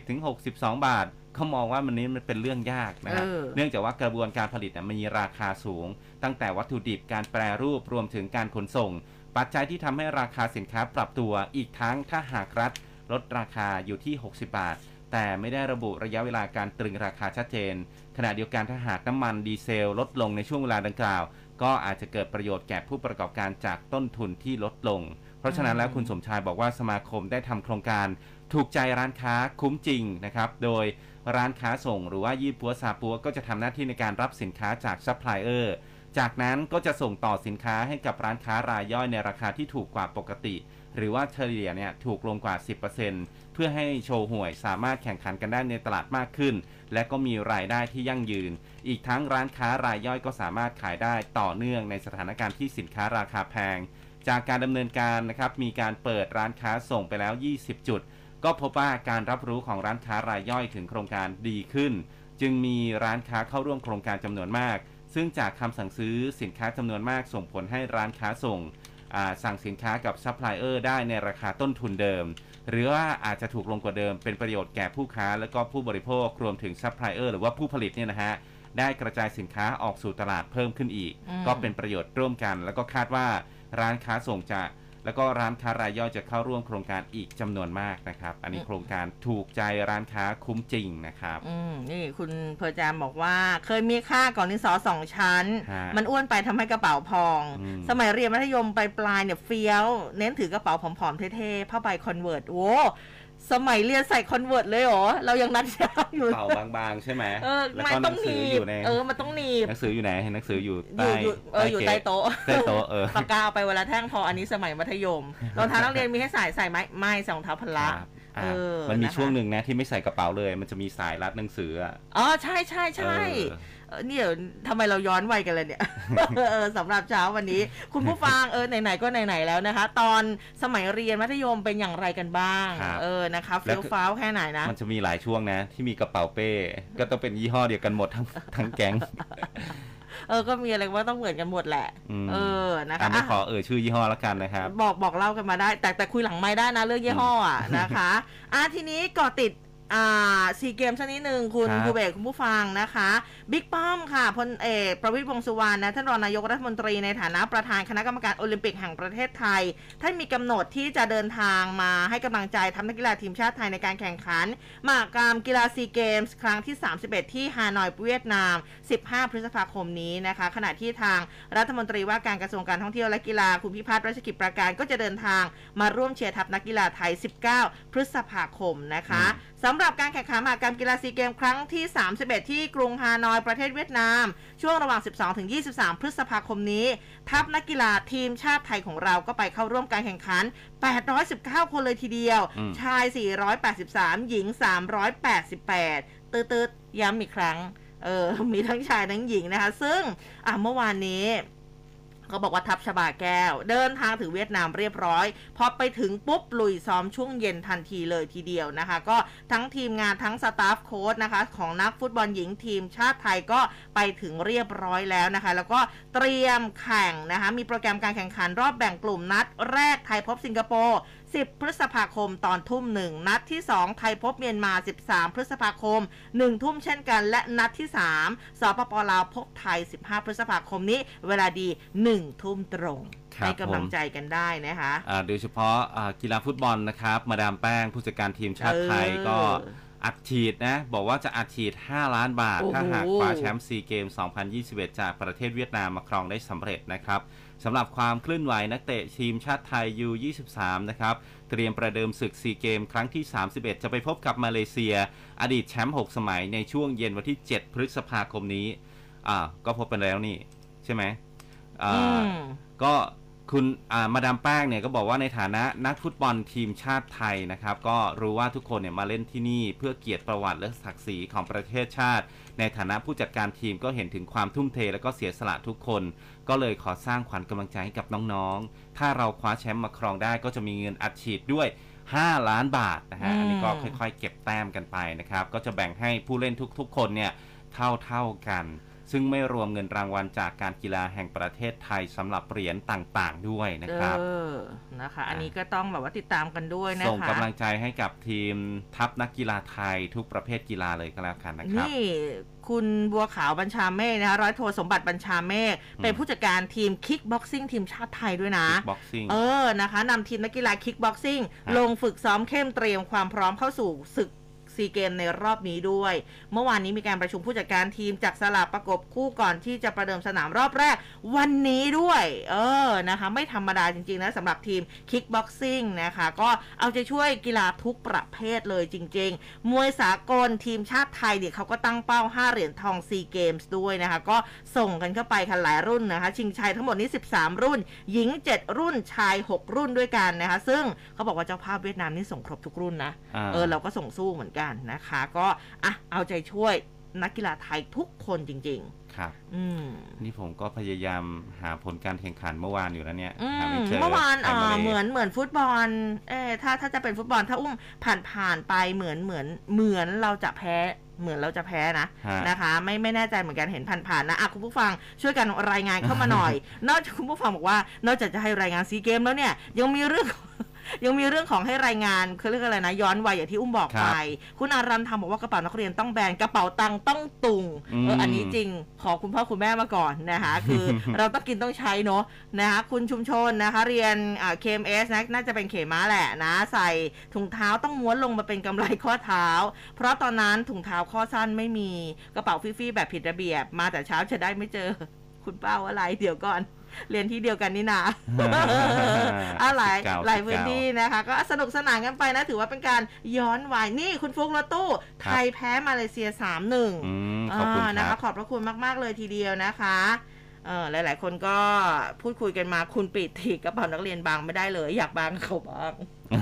60-62 บาทเขามองว่ามันเป็นเรื่องยากนะครับเนื่องจากว่ากระบวนการผลิตมีราคาสูงตั้งแต่วัตถุดิบการแปรรูปรวมถึงการขนส่งปัจจัยที่ทำให้ราคาสินค้าปรับตัวอีกทั้งถ้าหากรัฐลดราคาอยู่ที่60 บาทแต่ไม่ได้ระบุระยะเวลาการตรึงราคาชัดเจนขณะเดียวกันถ้าหากน้ำมันดีเซลลดลงในช่วงเวลาดังกล่าวก็อาจจะเกิดประโยชน์แก่ผู้ประกอบการจากต้นทุนที่ลดลงเพราะฉะนั้นแล้วคุณสมชายบอกว่าสมาคมได้ทำโครงการถูกใจร้านค้าคุ้มจริงนะครับโดยร้านค้าส่งหรือว่ายี่ปัวซาปัวก็จะทำหน้าที่ในการรับสินค้าจากซัพพลายเออร์จากนั้นก็จะส่งต่อสินค้าให้กับร้านค้ารายย่อยในราคาที่ถูกกว่าปกติหรือว่าเฉลี่ยเนี่ยถูกลงกว่า 10% เพื่อให้โชห่วยสามารถแข่งขันกันได้ในตลาดมากขึ้นและก็มีรายได้ที่ยั่งยืนอีกทั้งร้านค้ารายย่อยก็สามารถขายได้ต่อเนื่องในสถานการณ์ที่สินค้าราคาแพงจากการดำเนินการนะครับมีการเปิดร้านค้าส่งไปแล้ว20จุดก็พบว่าการรับรู้ของร้านค้ารายย่อยถึงโครงการดีขึ้นจึงมีร้านค้าเข้าร่วมโครงการจำนวนมากซึ่งจากคำสั่งซื้อสินค้าจำนวนมากส่งผลให้ร้านค้าส่งสั่งสินค้ากับซัพพลายเออร์ได้ในราคาต้นทุนเดิมหรือว่าอาจจะถูกลงกว่าเดิมเป็นประโยชน์แก่ผู้ค้าและก็ผู้บริโภครวมถึงซัพพลายเออร์หรือว่าผู้ผลิตเนี่ยนะฮะได้กระจายสินค้าออกสู่ตลาดเพิ่มขึ้นอีกก็เป็นประโยชน์ร่วมกันแล้วก็คาดว่าร้านค้าส่งแล้วก็ร้านค้ารายย่อยจะเข้าร่วมโครงการอีกจำนวนมากนะครับอันนี้โครงการถูกใจร้านค้าคุ้มจริงนะครับนี่คุณเพอร์จามบอกว่าเคยมีค่าก่อนดินสอ2ชั้นมันอ้วนไปทำให้กระเป๋าพองสมัยเรียนมัธยมปลายเนี่ยเฟี้ยวเน้นถือกระเป๋าผอมๆเท่ๆผ้าใบคอนเวิร์ตโอ้สมัยเรียนใส่คอนเวิร์ตเลยเหรอเรายังนัดช้าอยู่เป่าบางๆใช่ไหมแล้วก็หนังสืออยู่ในมันต้องหนีบหนังสืออยู่ไหนหนังสืออยู่อยู่ใต้โต๊ะปากกาเอาไปเวลาแท่งพออันนี้สมัยมัธยมรองเท้านักเรียนมีให้ใส่ไหมไม่ใส่รองเท้าพละมันมีช่วงหนึ่งนะที่ไม่ใส่กระเป๋าเลยมันจะมีสายรัดหนังสืออ๋อใช่ใช่ใช่นี่ทำไมเราย้อนวัยกันเลยเนี่ยสำหรับเช้าวันนี้คุณผู้ฟังไหนๆก็ไหนๆแล้วนะคะตอนสมัยเรียนมัธยมเป็นอย่างไรกันบ้างนะคะเฟี้ยวฟ้าวแค่ไหนนะมันจะมีหลายช่วงนะที่มีกระเป๋าเป้ก็ต้องเป็นยี่ห้อเดียวกันหมดทั้งแก๊งก็มีอะไรว่าต้องเหมือนกันหมดแหละนะคะไม่ขอชื่อยี่ห้อละกันนะครับบอกเล่ากันมาได้แต่คุยหลังไม้ได้นะเรื่องยี่ห้อนะคะทีนี้ก่อติดซีเกมสักนิดหนึ่งคุณภูเบศคุณผู้ฟังนะคะบิ๊กป้อมค่ะพลเอกประวิตรวงษ์สุวรรณนะท่านรองนายกรัฐมนตรีในฐานะประธานคณะกรรมการโอลิมปิกแห่งประเทศไทยท่านมีกำหนดที่จะเดินทางมาให้กำลังใจทัพนักกีฬาทีมชาติไทยในการแข่งขันมหกรรมกีฬาซีเกมส์ครั้งที่31ที่ฮานอยเวียดนาม15พฤษภาคมนี้นะคะขณะที่ทางรัฐมนตรีว่าการกระทรวงการท่องเที่ยวและกีฬาคุณพิพัฒน์รัชกิจประการก็จะเดินทางมาร่วมเชียร์ทัพนักกีฬาไทย19พฤษภาคมนะคะสำหรับการแข่งขันมหกรรมกีฬาซีเกมครั้งที่31ที่กรุงฮานอยประเทศเวียดนามช่วงระหว่าง 12-23 พฤษภาคมนี้ทัพนักกีฬาทีมชาติไทยของเราก็ไปเข้าร่วมการแข่งขัน819คนเลยทีเดียวชาย483หญิง388ตืดๆย้ำอีกครั้งมีทั้งชายทั้งหญิงนะคะซึ่งเมื่อวานนี้เขาบอกว่าทัพชบาแก้วเดินทางถึงเวียดนามเรียบร้อยพอไปถึงปุ๊บลุยซ้อมช่วงเย็นทันทีเลยทีเดียวนะคะก็ทั้งทีมงานทั้งสตาฟโค้ชนะคะของนักฟุตบอลหญิงทีมชาติไทยก็ไปถึงเรียบร้อยแล้วนะคะแล้วก็เตรียมแข่งนะคะมีโปรแกรมการแข่งขันรอบแบ่งกลุ่มนัดแรกไทยพบสิงคโปร์10พฤษภาคมตอนทุ่ม1นัดที่2ไทยพบเมียนมา13พฤษภาคม1ทุ่มเช่นกันและนัดที่3สปป.ลาวพบไทย15พฤษภาคมนี้เวลาดี1ทุ่มตรงให้กำลังใจกันได้นะคะโดยเฉพาะกีฬาฟุตบอลนะครับมาดามแป้งผู้จัดการทีมชาติไทยก็อัดฉีดนะบอกว่าจะอัดฉีด5ล้านบาทถ้าหากคว้าแชมป์ซีเกม2021จากประเทศเวียดนามมาครองได้สำเร็จนะครับสำหรับความเคลื่อนไหวนักเตะทีมชาติไทย U23 นะครับเตรียมประเดิมศึกซีเกมครั้งที่31จะไปพบกับมาเลเซียอดีตแชมป์6สมัยในช่วงเย็นวันที่7พฤษภาคมนี้ก็พบไปแล้วนี่ใช่ไหมก็คุณมาดามแป้งเนี่ยก็บอกว่าในฐานะนักฟุตบอลทีมชาติไทยนะครับก็รู้ว่าทุกคนเนี่ยมาเล่นที่นี่เพื่อเกียรติประวัติและศักดิ์ศรีของประเทศชาติในฐานะผู้จัดการทีมก็เห็นถึงความทุ่มเทและก็เสียสละทุกคนก็เลยขอสร้างขวัญกำลังใจให้กับน้องๆถ้าเราคว้าแชมป์มาครองได้ก็จะมีเงินอัดฉีดด้วย5 ล้านบาทนะฮะอันนี้ก็ค่อยๆเก็บแต้มกันไปนะครับก็จะแบ่งให้ผู้เล่นทุกๆคนเนี่ยเท่ากันซึ่งไม่รวมเงินรางวัลจากการกีฬาแห่งประเทศไทยสำหรับเหรียญต่างๆด้วยนะครับนะคะอันนี้ก็ต้องแบบว่าติดตามกันด้วยนะคะส่งกำลังใจให้กับทีมทัพนักกีฬาไทยทุกประเภทกีฬาเลยก็แล้วกันนะครับนี่คุณบัวขาวบัญชาเมฆนะคะร้อยโทสมบัติบัญชาเมฆเป็นผู้จัดการทีมคิกบ็อกซิ่งทีมชาติไทยด้วยนะนะคะนำทีมนักกีฬาคิกบ็อกซิ่งลงฝึกซ้อมเข้มเตรียมความพร้อมเข้าสู่ศึกซีเกมในรอบนี้ด้วยเมื่อวานนี้มีการประชุมผู้จัดการทีมจักสลับประกบคู่ก่อนที่จะประเดิมสนามรอบแรกวันนี้ด้วยนะคะไม่ธรรมดาจริงๆนะสำหรับทีมคิกบ็อกซิ่งนะคะก็เอาใจช่วยกีฬาทุกประเภทเลยจริงๆมวยสากลทีมชาติไทยเนี่ยเขาก็ตั้งเป้า5 เหรียญทองซีเกมส์ด้วยนะคะก็ส่งกันเข้าไปค่ะหลายรุ่นนะคะชิงชัยทั้งหมดนี้13รุ่นหญิง7รุ่นชาย6รุ่นด้วยกันนะคะซึ่งเขาบอกว่าเจ้าภาพเวียดนามนี่ส่งครบทุกรุ่นนะเราก็ส่งสู้เหมือนกันนะคะก็เอาใจช่วยนักกีฬาไทยทุกคนจริงๆครับนี่ผมก็พยายามหาผลการแข่งขันเมื่อวานอยู่แล้วเนี่ยเมื่อวานเหมือนฟุตบอลถ้าจะเป็นฟุตบอลถ้าอุ้มผ่านไปเหมือนเราจะแพ้นะคะไม่แน่ใจเหมือนกันเห็นผ่านนะคุณผู้ฟังช่วยกันรายงานเข้ามาหน่อย นอกจากคุณผู้ฟังบอกว่านอกจากจะให้รายงานซีเกมแล้วเนี่ยยังมีเรื่องของให้รายงานคือเรื่องอะไรนะย้อนวัยอย่างที่อุ้มบอกไปคุณอารันทำบอกว่ากระเป๋านักเรียนต้องแบนกระเป๋าตังค์ต้องตุงอันนี้จริงขอคุณพ่อคุณแม่มาก่อนนะคะคือเราต้องกินต้องใช้เนาะนะคะคุณชุมชนนะคะเรียนKMS นะน่าจะเป็นเขม้าแหละนะใส่ถุงเท้าต้องม้วนลงมาเป็นกำไลข้อเท้าเพราะตอนนั้นถุงเท้าข้อสั้นไม่มีกระเป๋าฟี่ๆแบบผิดระเบียบมาแต่เช้าจะได้ไม่เจอคุณเป้าอะไรเดี๋ยวก่อนเรียนที่เดียวกันนี่นะหลายพื้นที่นะคะก็สนุกสนานกันไปนะถือว่าเป็นการย้อนวัยนี่คุณฟุกรถตู้ไทยแพ้มาเลเซีย 3-1 ขอบคุณนะคะขอบพระคุณมากๆเลยทีเดียวนะคะหลายๆคนก็พูดคุยกันมาคุณปิติกระเป๋านักเรียนบางไม่ได้เลยอยากบางเขาบาง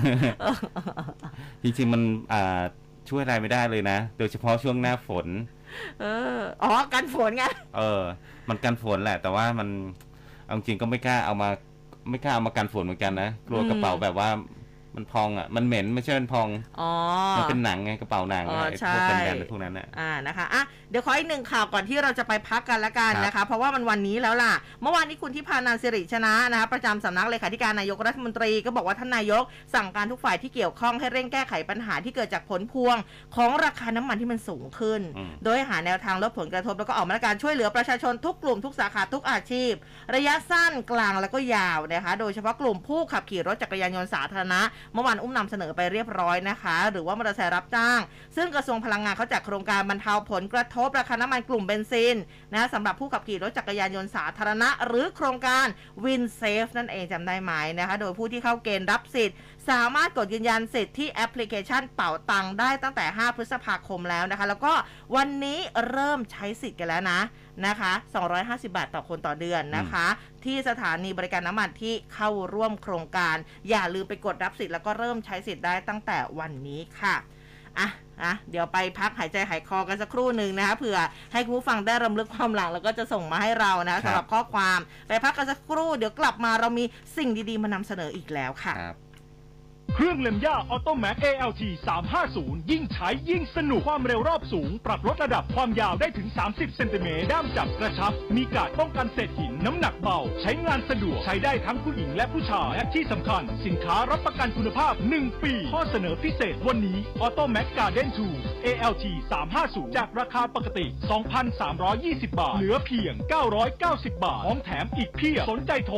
จริงๆมันช่วยอะไรไม่ได้เลยนะโดยเฉพาะช่วงหน้าฝนกันฝนไงมันกันฝนแหละแต่ว่ามันจริงก็ไม่กล้าเอามากันฝนเหมือนกันนะกลัวกระเป๋าแบบว่ามันพองมันเหม็นไม่ใช่มันพองมันเป็นหนังไงกระเป๋าหนังพวกกันแดดพวกนั้นนะคะเดี๋ยวขออีกหนึ่งข่าวก่อนที่เราจะไปพักกันละกันนะคะเพราะว่ามันวันนี้แล้วล่ะเมื่อวานนี้คุณทิพานันท์สิริชนะนะคะประจำสำนักเลขาธิการนายกรัฐมนตรีก็บอกว่าท่านนายกสั่งการทุกฝ่ายที่เกี่ยวข้องให้เร่งแก้ไขปัญหาที่เกิดจากผลพวงของราคาน้ำมันที่มันสูงขึ้นโดยหาแนวทางลดผลกระทบแล้วก็ออกมาตรการช่วยเหลือประชาชนทุกกลุ่มทุกสาขาทุกอาชีพระยะสั้นกลางแล้วก็ยาวนะคะโดยเฉพาะกลุ่มผู้ขับขี่รถจักรยานยนต์สาธารณะเมื่อวานอุ้มนำเสนอไปเรียบร้อยนะคะหรือว่ามอเตอร์ไซค์รับจ้างซึ่งกระทรวงพลังงานเขาจัดโครงการบรรเทาผลกระทบราคาน้ำมันกลุ่มเบนซินนะสำหรับผู้ขับขี่รถจักรยานยนต์สาธารณะหรือโครงการวินเซฟนั่นเองจำได้ไหมนะคะโดยผู้ที่เข้าเกณฑ์รับสิทธิ์สามารถกดยืนยันสิทธิ์ที่แอปพลิเคชันเป๋าตังได้ตั้งแต่5 พฤษภาคมแล้วนะคะแล้วก็วันนี้เริ่มใช้สิทธิ์กันแล้วนะคะ250 บาทต่อคนต่อเดือนนะคะที่สถานีบริการน้ำมันที่เข้าร่วมโครงการอย่าลืมไปกดรับสิทธิ์แล้วก็เริ่มใช้สิทธิ์ได้ตั้งแต่วันนี้ค่ะเดี๋ยวไปพักหายใจหายคอกันสักครู่หนึ่งนะคะเผื่อให้คุณผู้ฟังได้รำลึกความหลังแล้วก็จะส่งมาให้เรานะสำหรับข้อความไปพักกันสักครู่เดี๋ยวกลับมาเรามีสิ่งดีๆมานำเสนออีกแล้วค่ะเครื่องเล็มหญ้าออโตแม็ก ALT 350ยิ่งใช้ยิ่งสนุกความเร็วรอบสูงปรับลดระดับความยาวได้ถึง30เซนติเมตรด้ามจับกระชับมีการป้องกันเศษหินน้ำหนักเบาใช้งานสะดวกใช้ได้ทั้งผู้หญิงและผู้ชายและที่สำคัญสินค้ารับประกันคุณภาพ1 ปีข้อเสนอพิเศษวันนี้ออโตแม็กการ์เด้น2 ALT 350จากราคาปกติ 2,320 บาทเหลือเพียง990 บาทพร้อมแถมอีกเพียบสนใจโทร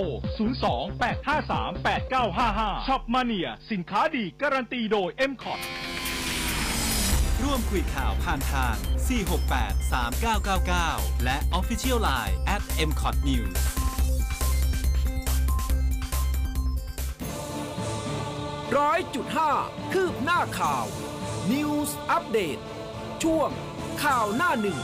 02-853-8955 ช็อปมาเนียสินค้าดีการันตีโดย MCOT ร่วมคุยข่าวผ่านทาง 468-3999 และ Official Line @MCOTNews 100.5 คืบหน้าข่าว News Update ช่วงข่าวหน้าหนึ่ง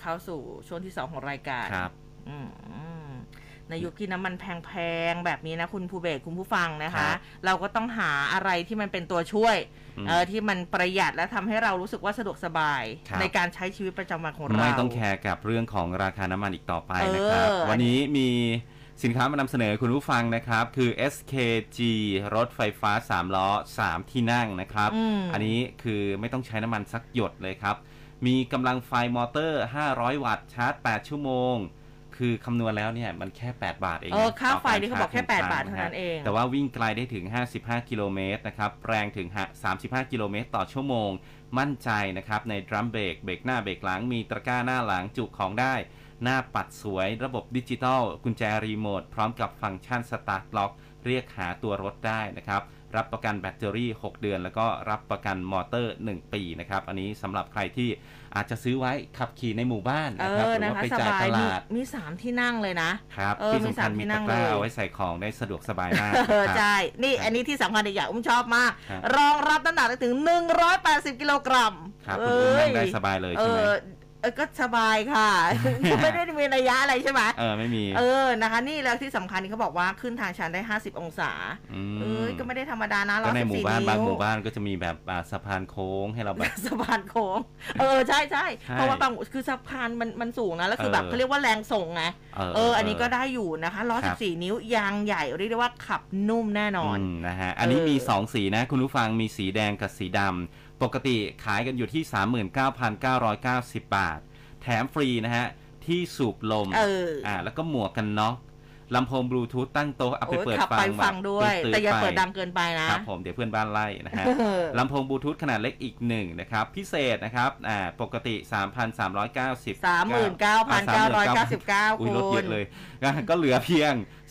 เข้าสู่ช่วงที่2ของรายการครับในยุคที่น้ำมันแพงๆแบบนี้นะคุณภูเบศคุณผู้ฟังนะคะเราก็ต้องหาอะไรที่มันเป็นตัวช่วยที่มันประหยัดและทำให้เรารู้สึกว่าสะดวกสบายในการใช้ชีวิตประจำวันของเราไม่ต้องแคร์กับเรื่องของราคาน้ำมันอีกต่อไปนะครับวันนี้มีสินค้ามานำเสนอคุณผู้ฟังนะครับคือ SKG รถไฟฟ้า3ล้อ3ที่นั่งนะครับอันนี้คือไม่ต้องใช้น้ำมันสักหยดเลยครับมีกำลังไฟมอเตอร์500วัตต์ชาร์จ8ชั่วโมงคือคำนวณแล้วเนี่ยมันแค่8บาทเองค่าไฟนี่เขาบอกแค่8บาทเท่านั้นเองแต่ว่าวิ่งไกลได้ถึง55กิโลเมตรนะครับแรงถึง35กิโลเมตรต่อชั่วโมงมั่นใจนะครับในดรัมเบรกเบรกหน้าเบรกหลังมีตะกร้าหน้าหลังจุของได้หน้าปัดสวยระบบดิจิตอลกุญแจรีโมทพร้อมกับฟังก์ชันสตาร์ทล็อกเรียกหาตัวรถได้นะครับรับประกันแบตเตอรี่6เดือนแล้วก็รับประกันมอเตอร์1ปีนะครับอันนี้สำหรับใครที่อาจจะซื้อไว้ขับขี่ในหมู่บ้านนะครับหรือว่าไปจ่ายตลาดมี3ที่นั่งเลยนะครับที่สำคัญมีตะกร้าเอาไว้ใส่ของได้สะดวกสบายมากใช่นี่อันนี้ที่สำคัญอีกอย่างชอบมากรองรับน้ำหนักได้ถึง180กิโลกรัมครับคุณนั่งได้สบายเลยใช่ไหมก็สบายค่ะไม่ได้มีระยะอะไรใช่ไหมไม่มีนะคะนี่แล้วที่สำคัญนี่เขาบอกว่าขึ้นทางชันได้50องศาก็ไม่ได้ธรรมดานะ 114 นิ้วในหมู่บ้านบางหมู่บ้านก็จะมีแบบสะพานโค้งให้เราแบบสะพานโค้งใช่ใช่เพราะว่าบางคือสะพานมันสูงนะแล้วคือแบบเขาเรียกว่าแรงส่งไงอันนี้ก็ได้อยู่นะคะ114 นิ้วยางใหญ่เรียกได้ว่าขับนุ่มแน่นอนนะฮะอันนี้มี2สีนะคุณผู้ฟังมีสีแดงกับสีดำปกติขายกันอยู่ที่ 39,990 บาทแถมฟรีนะฮะที่สูบลมแล้วก็หมวกกันน็อกลำโพงบลูทูธตั้งโต๊ะเอาไปเปิดฟังด้วยแต่อย่าเปิดดังเกินไปนะครับผมเดี๋ยวเพื่อนบ้านไล่นะฮะลำโพงบลูทูธขนาดเล็กอีก1นะครับพิเศษนะครับปกติ 3,390 39,999 คุณลดเยอะเลยก็เหลือเพียง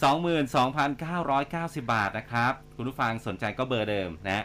22,990 บาทนะครับคุณผู้ฟังสนใจก็เบอร์เดิมนะ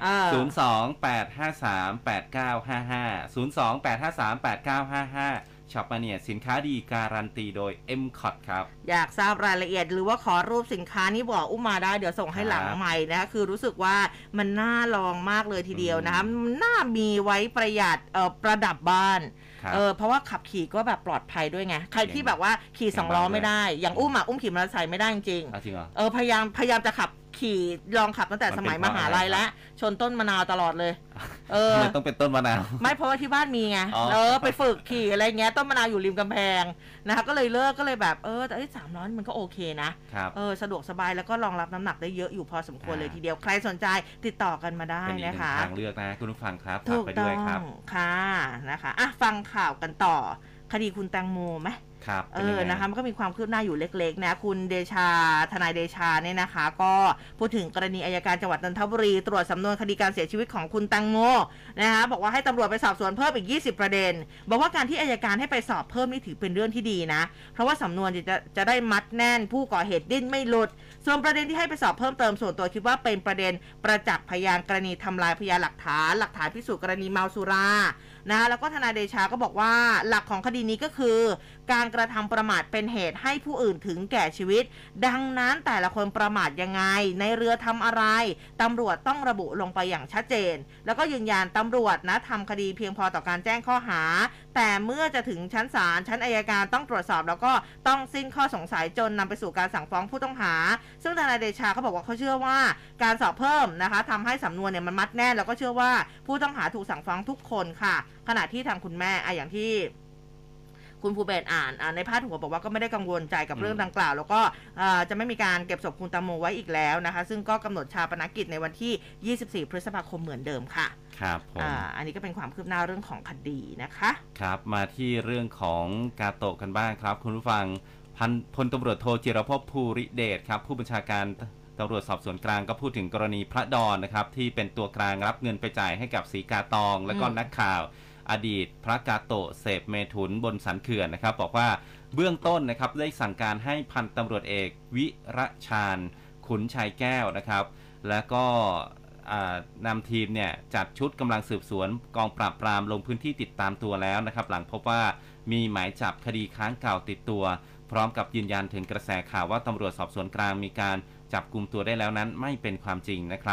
028538955 ช็อปมาเนี่ยสินค้าดีการันตีโดย MCOT ครับอยากทราบรายละเอียดหรือว่าขอรูปสินค้านี่บอกอุ้มมาได้เดี๋ยวส่งให้หลังใหม่นะคือรู้สึกว่ามันน่าลองมากเลยทีเดียวนะคะน่ามีไว้ประหยัดประดับบ้านเพราะว่าขับขี่ก็แบบปลอดภัยด้วยไงใครที่แบบว่าขี่2ล้อไม่ได้อย่างอุ้มขี่มอเตอร์ไซค์ไม่ได้จริงจริงเหรอพยายามจะขับขี่ลองขับตั้งแต่สมัยมหาลัยแล้วชนต้นมะนาวตลอดเลยมันต้องเป็นต้นมะนาวไม่เพราะว่าที่บ้านมีไงไปฝึกขี่อะไรเงี้ยต้นมะนาวอยู่ริมกำแพงนะคะก็เลยเลิกก็เลยแบบแต่300มันก็โอเคนะสะดวกสบายแล้วก็รองรับน้ำหนักได้เยอะอยู่พอสมควรเลยทีเดียวใครสนใจติดต่อกันมาได้นะคะทางเลือกนะคุณผู้ฟังครับฝากไปด้วยครับค่ะนะคะฟังข่าวกันต่อคดีคุณแตงโมไหมนะคะมันก็มีความคืบหน้าอยู่เล็กๆนะคุณเดชาทนายเดชาเนี่ยนะคะก็พูดถึงกรณีอัยการจังหวัดนนทบุรีตรวจสำนวนคดีการเสียชีวิตของคุณแตงโมนะคะบอกว่าให้ตำรวจไปสอบสวนเพิ่มอีก20ประเด็นบอกว่าการที่อัยการให้ไปสอบเพิ่มนี่ถือเป็นเรื่องที่ดีนะเพราะว่าสำนวนจะได้มัดแน่นผู้ก่อเหตุดิ้นไม่หลุดส่วนประเด็นที่ให้ไปสอบเพิ่มเติมส่วนตัวคิดว่าเป็นประเด็นประจักษ์พยานกรณีทำลายพยานหลักฐานพิสูจน์กรณีเมาสุรานะแล้วก็ทนายเดชาก็บอกว่าหลักของคดีนี้ก็คือการกระทำประมาทเป็นเหตุให้ผู้อื่นถึงแก่ชีวิตดังนั้นแต่ละคนประมาทยังไงในเรือทำอะไรตำรวจต้องระบุลงไปอย่างชัดเจนแล้วก็ยืนยันตำรวจนะทำคดีเพียงพอต่อการแจ้งข้อหาแต่เมื่อจะถึงชั้นศาลชั้นอัยการต้องตรวจสอบแล้วก็ต้องสิ้นข้อสงสัยจนนำไปสู่การสั่งฟ้องผู้ต้องหาซึ่งทนายเดชาเขาบอกว่าเขาเชื่อว่าการสอบเพิ่มนะคะทำให้สำนวนเนี่ยมันมัดแน่นแล้วก็เชื่อว่าผู้ต้องหาถูกสั่งฟ้องทุกคนค่ะขณะที่ทางคุณแม่อย่างที่คุณภูเบศอ่านในพาดหัวบอกว่าก็ไม่ได้กังวลใจกับเรื่องดังกล่าวแล้วก็จะไม่มีการเก็บศพคุณแตงโมไว้อีกแล้วนะคะซึ่งก็กำหนดฌาปนกิจในวันที่24พฤษภาคมเหมือนเดิมค่ะครับผมอันนี้ก็เป็นความคืบหน้าเรื่องของคดีนะคะครับมาที่เรื่องของกาโตะกันบ้างครับคุณผู้ฟังพลตำรวจโทจิรภพภูริเดชครับผู้บัญชาการตำรวจสอบสวนกลางก็พูดถึงกรณีพระดอนนะครับที่เป็นตัวกลางรับเงินไปจ่ายให้กับศรีกาตองและก็นักข่าวอดีตพระกาโตะเสพเมถุนบนสันเขื่อนนะครับบอกว่าเบื้องต้นนะครับได้สั่งการให้พันตำรวจเอกวิระชาญขุนชัยแก้วนะครับแล้วก็นำทีมเนี่ยจัดชุดกำลังสืบสวนกองปราบปรามลงพื้นที่ติดตามตัวแล้วนะครับหลังพบว่ามีหมายจับคดีค้างเก่าติดตัวพร้อมกับยืนยันถึงกระแสข่าวว่าตำรวจสอบสวนกลางมีการจับกุมตัวได้แล้วนั้นไม่เป็นความจริงนะครับ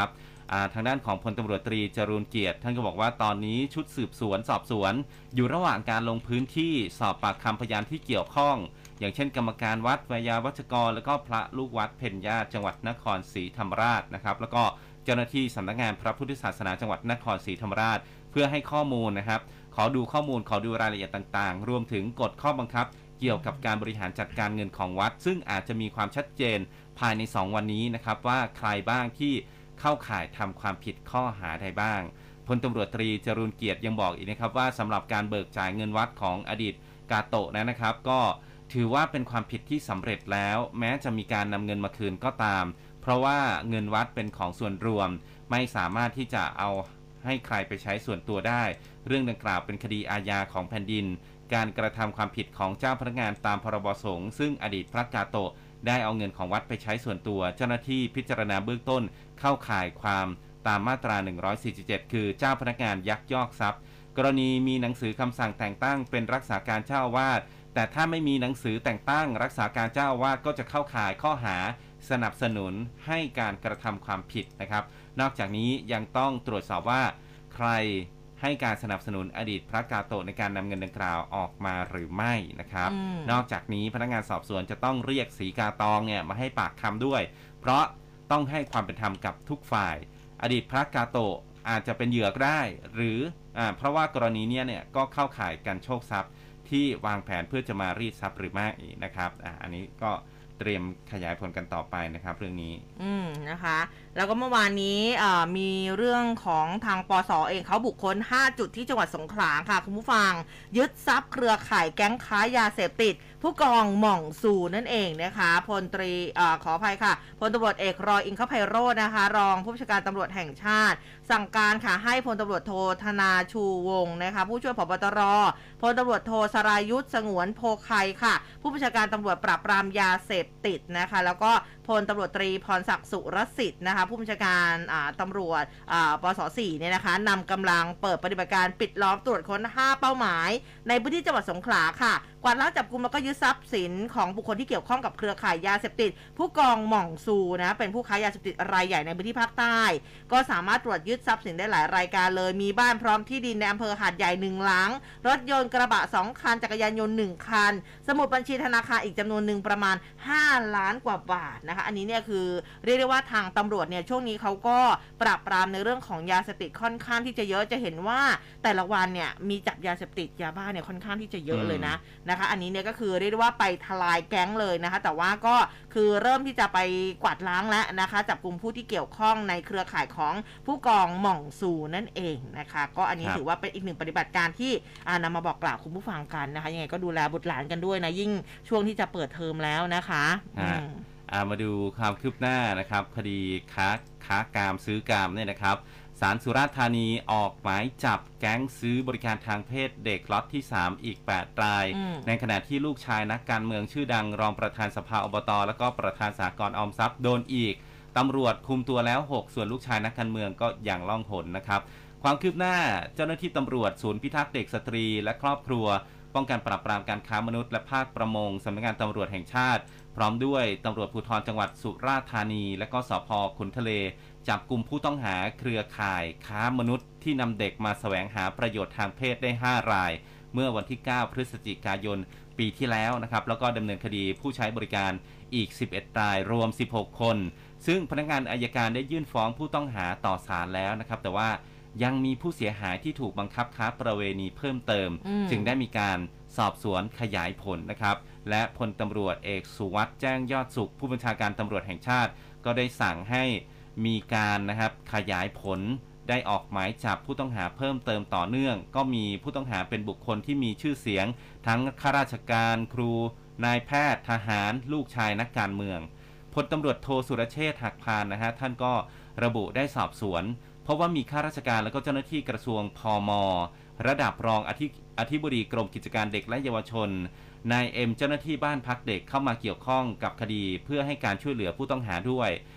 ทางด้านของพลตำรวจตรีจรูญเกียรติท่านก็บอกว่าตอนนี้ชุดสืบสวนสอบสวนอยู่ระหว่างการลงพื้นที่สอบปากคำพยานที่เกี่ยวข้องอย่างเช่นกรรมการวัดวิยาวัจกรแล้วก็พระลูกวัดเพ็ญญาติจังหวัดนครศรีธรรมราชนะครับแล้วก็เจ้าหน้าที่สำนักงานพระพุทธศาสนาจังหวัดนครศรีธรรมราชเพื่อให้ข้อมูลนะครับขอดูข้อมูลขอดูรายละเอียดต่างๆรวมถึงกฎข้อบังคับเกี่ยวกับการบริหารจัดการเงินของวัดซึ่งอาจจะมีความชัดเจนภายใน2วันนี้นะครับว่าใครบ้างที่เข้าข่ายทำความผิดข้อหาใดบ้างพลตำรวจตรีจรูญเกียรติยังบอกอีกนะครับว่าสำหรับการเบิกจ่ายเงินวัดของอดีตกาโตะนะครับก็ถือว่าเป็นความผิดที่สำเร็จแล้วแม้จะมีการนำเงินมาคืนก็ตามเพราะว่าเงินวัดเป็นของส่วนรวมไม่สามารถที่จะเอาให้ใครไปใช้ส่วนตัวได้เรื่องดังกล่าวเป็นคดีอาญาของแผ่นดินการกระทำความผิดของเจ้าพนักงานตามพรบสงฆ์ซึ่งอดีตพระกาโตะได้เอาเงินของวัดไปใช้ส่วนตัวเจ้าหน้าที่พิจารณาเบื้องต้นเข้าข่ายความตามมาตรา147คือเจ้าพนักงานยักยอกทรัพย์กรณีมีหนังสือคำสั่งแต่งตั้งเป็นรักษาการเจ้าอาวาสแต่ถ้าไม่มีหนังสือแต่งตั้งรักษาการเจ้าอาวาสก็จะเข้าข่ายข้อหาสนับสนุนให้การกระทำความผิดนะครับนอกจากนี้ยังต้องตรวจสอบว่าใครให้การสนับสนุนอดีตพระกาโตะในการนำเงินดังกล่าวออกมาหรือไม่นะครับนอกจากนี้พนักงานสอบสวนจะต้องเรียกศรีกาตองเนี่ยมาให้ปากคำด้วยเพราะต้องให้ความเป็นธรรมกับทุกฝ่ายอดีตพระกาโตะอาจจะเป็นเหยื่อก็ได้หรือเพราะว่ากรณีนี้เนี่ยก็เข้าข่ายการโชคทรัพย์ที่วางแผนเพื่อจะมารีดทรัพย์หรือไม่นะครับอันนี้ก็เตรียมขยายผลกันต่อไปนะครับเรื่องนี้นะคะแล้วก็เมื่อวานนี้มีเรื่องของทางปส.เองเขาบุคคล5จุดที่จังหวัดสงขลาค่ะคุณผู้ฟังยึดทรัพย์เครือข่ายแก๊งค้ายาเสพติดผู้กองหม่องสูนั่นเองนะคะพลตรีขออภัยค่ะพลตำรวจเอกรอยอิงคไพโรจน์นะคะรองผู้บัญชาการตำรวจแห่งชาติสั่งการค่ะให้พลตำรวจโทธนาชูวงศ์นะคะผู้ช่วยผบ.ตร.พลตำรวจโทสรายุทธสงวนโพไคค่ะผู้บัญชาการตำรวจปราบปรามยาเสพติดนะคะแล้วก็พลตำรวจตรีพรศักดิ์สุรสิทธิ์นะคะผู้บัญชาการตำรวจปส.4เนี่ยนะคะนำกำลังเปิดปฏิบัติการปิดล้อมตรวจค้น5เป้าหมายในพื้นที่จังหวัดสงขลาค่ะกวาดล้างจับกุมแล้วก็ยึดทรัพย์สินของบุคคลที่เกี่ยวข้องกับเครือข่ายยาเสพติดผู้กองหม่องซูนะเป็นผู้ค้ายาเสพติดรายใหญ่ในพื้นที่ภาคใต้ก็สามารถตรวจยึดทรัพย์สินได้หลายรายการเลยมีบ้านพร้อมที่ดินในอำเภอหาดใหญ่1หลังรถยนต์กระบะ2คันจักรยานยนต์1คันสมุดบัญชีธนาคารอีกจำนวนหนึ่งประมาณ5ล้านกว่าบาทนะคะอันนี้เนี่ยคือเรียกได้ว่าทางตำรวจเนี่ยช่วงนี้เขาก็ปราบปรามในเรื่องของยาเสพติดค่อนข้างที่จะเยอะจะเห็นว่าแต่ละวันเนี่ยมีจับยาเสพติดยาบ้าเนี่ยค่อนข้างที่จะเยอะเลยนะคะอันนี้เนี่ยก็คือเรียกได้ว่าไปทลายแก๊งเลยนะคะแต่ว่าก็คือเริ่มที่จะไปกวาดล้างแล้วนะคะจับกลุ่มผู้ที่เกี่ยวข้องในเครือข่ายของผู้กองหม่องซูนั่นเองนะคะก็อันนี้ถือว่าเป็นอีกหนึ่งปฏิบัติการที่นำมาบอกกล่าวคุณผู้ฟังกันนะคะยังไงก็ดูแลบุตรหลานกันด้วยนะยิ่งช่วงที่จะเปิดเทอมแล้วนะคะมาดูความคืบหน้านะครับคดีค้ากามซื้อกามเนี่ยนะครับศาลสุราษฎร์ธานีออกหมายจับแก๊งซื้อบริการทางเพศเด็กล็อตที่3อีก8รายในขณะที่ลูกชายนักการเมืองชื่อดังรองประธานสภาอบต.แล้วก็ประธานสหกรณ์ออมทรัพย์โดนอีกตำรวจคุมตัวแล้ว6ส่วนลูกชายนักการเมืองก็อย่างล่องหนนะครับความคืบหน้าเจ้าหน้าที่ตำรวจศูนย์พิทักษ์เด็กสตรีและครอบครัวป้องกันปราบปรามการค้ามนุษย์และภาคประมงสำนักงานตำรวจแห่งชาติพร้อมด้วยตำรวจภูธรจังหวัดสุราษฎร์ธานีและก็สภ.ขุนทะเลจับกลุ่มผู้ต้องหาเครือข่ายค้ามนุษย์ที่นำเด็กมาแสวงหาประโยชน์ทางเพศได้5รายเมื่อวันที่9พฤศจิกายนปีที่แล้วนะครับแล้วก็ดำเนินคดีผู้ใช้บริการอีก11รายรวม16คนซึ่งพนักงานอัยการได้ยื่นฟ้องผู้ต้องหาต่อศาลแล้วนะครับแต่ว่ายังมีผู้เสียหายที่ถูกบังคับค้าประเวณีเพิ่มเติมจึงได้มีการสอบสวนขยายผลนะครับและพลตำรวจเอกสุวัสด์แจ้งยอดสุขผู้บัญชาการตำรวจแห่งชาติก็ได้สั่งให้มีการนะครับขยายผลได้ออกหมายจับผู้ต้องหาเพิ่มเติมต่อเนื่องก็มีผู้ต้องหาเป็นบุคคลที่มีชื่อเสียงทั้งข้าราชการครูนายแพทย์ทหารลูกชายนักการเมืองพลตำรวจโทสุรเชษฐ์หักพานนะฮะท่านก็ระบุได้สอบสวนเพราะว่ามีข้าราชการและก็เจ้าหน้าที่กระทรวงพม.ระดับรองอธิบดีกรมกิจการเด็กและเยาวชนนายเอ็มเจ้าหน้าที่บ้านพักเด็กเข้ามาเกี่ยวข้องกับคดีเพื่อให้การช่วยเหลือผู้ต้องหาด้วย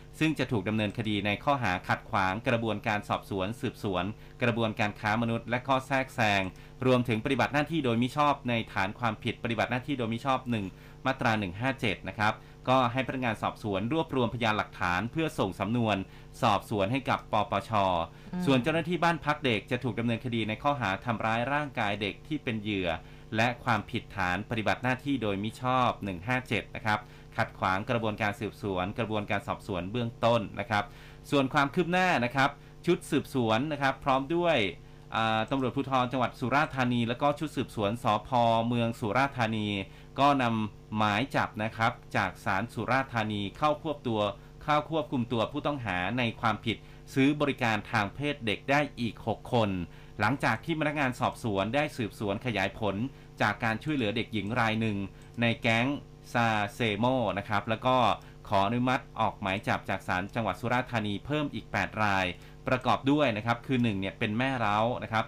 ซึ่งจะถูกดำเนินคดีในข้อหาขัดขวางกระบวนการสอบสวนสืบสวนกระบวนการค้ามนุษย์และข้อแทรกแซงรวมถึงปฏิบัติหน้าที่โดยมิชอบในฐานความผิดปฏิบัติหน้าที่โดยมิชอบ1มาตรา157นะครับก็ให้พนักงานสอบสวนรวบรวมพยานหลักฐานเพื่อส่งสำนวนสอบสวนให้กับปปช.ส่วนเจ้าหน้าที่บ้านพักเด็กจะถูกดำเนินคดีในข้อหาทำร้ายร่างกายเด็กที่เป็นเหยื่อและความผิดฐานปฏิบัติหน้าที่โดยมิชอบ157นะครับขัดขวางกระบวนการสืบสวนกระบวนการสอบสวนเบื้องต้นนะครับส่วนความคืบหน้านะครับชุดสืบสวนนะครับพร้อมด้วยตำรวจภูธรจังหวัดสุราษฎร์ธานีและก็ชุดสืบสวนสภ.เมืองสุราษฎร์ธานีก็นำหมายจับนะครับจากศาลสุราษฎร์ธานีเข้าควบคุมตัวผู้ต้องหาในความผิดซื้อบริการทางเพศเด็กได้อีก6คนหลังจากที่พนักงานสอบสวนได้สืบสวนขยายผลจากการช่วยเหลือเด็กหญิงรายหนึ่งในแก๊งซาเซโมนะครับแล้วก็ขออนุมัติออกหมายจับจากศาลจังหวัดสุราษฎร์ธานีเพิ่มอีก8รายประกอบด้วยนะครับคือ1เนี่ยเป็นแม่เล้านะครับ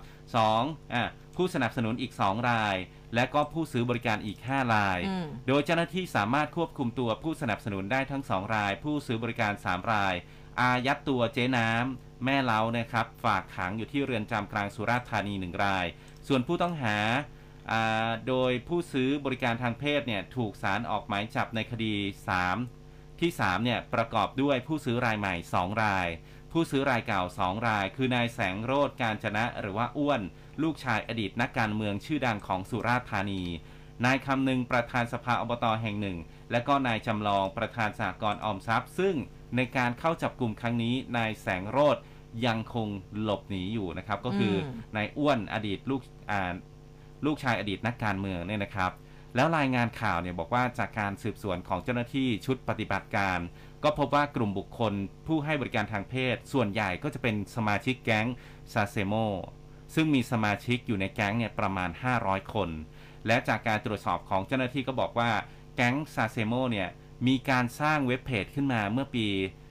2ผู้สนับสนุนอีก2รายและก็ผู้ซื้อบริการอีก5รายโดยเจ้าหน้าที่สามารถควบคุมตัวผู้สนับสนุนได้ทั้ง2รายผู้ซื้อบริการ3รายอายัดตัวเจ๊น้ำแม่เล้านะครับฝากขังอยู่ที่เรือนจำกลางสุราษฎร์ธานี1รายส่วนผู้ต้องหาโดยผู้ซื้อบริการทางเพศเนี่ยถูกศาลออกหมายจับในคดีที่3เนี่ยประกอบด้วยผู้ซื้อรายใหม่2รายผู้ซื้อรายเก่า2รายคือนายแสงโรจน์กาญจนะหรือว่าอ้วนลูกชายอดีตนักการเมืองชื่อดังของสุราษฎร์ธานีนายคำนึงประธานสภาอบต.แห่งหนึ่งและก็นายจำลองประธานสหกรณ์ออมทรัพย์ซึ่งในการเข้าจับกลุ่มครั้งนี้นายแสงโรจน์ยังคงหลบหนีอยู่นะครับก็คือนายอ้วนอดีตลูกชายอดีตนักการเมืองเนี่ยนะครับแล้วรายงานข่าวเนี่ยบอกว่าจากการสืบสวนของเจ้าหน้าที่ชุดปฏิบัติการก็พบว่ากลุ่มบุคคลผู้ให้บริการทางเพศส่วนใหญ่ก็จะเป็นสมาชิกแก๊งซาเซโมซึ่งมีสมาชิกอยู่ในแก๊งเนี่ยประมาณ500คนและจากการตรวจสอบของเจ้าหน้าที่ก็บอกว่าแก๊งซาเซโมเนี่ยมีการสร้างเว็บเพจขึ้นมาเมื่อปี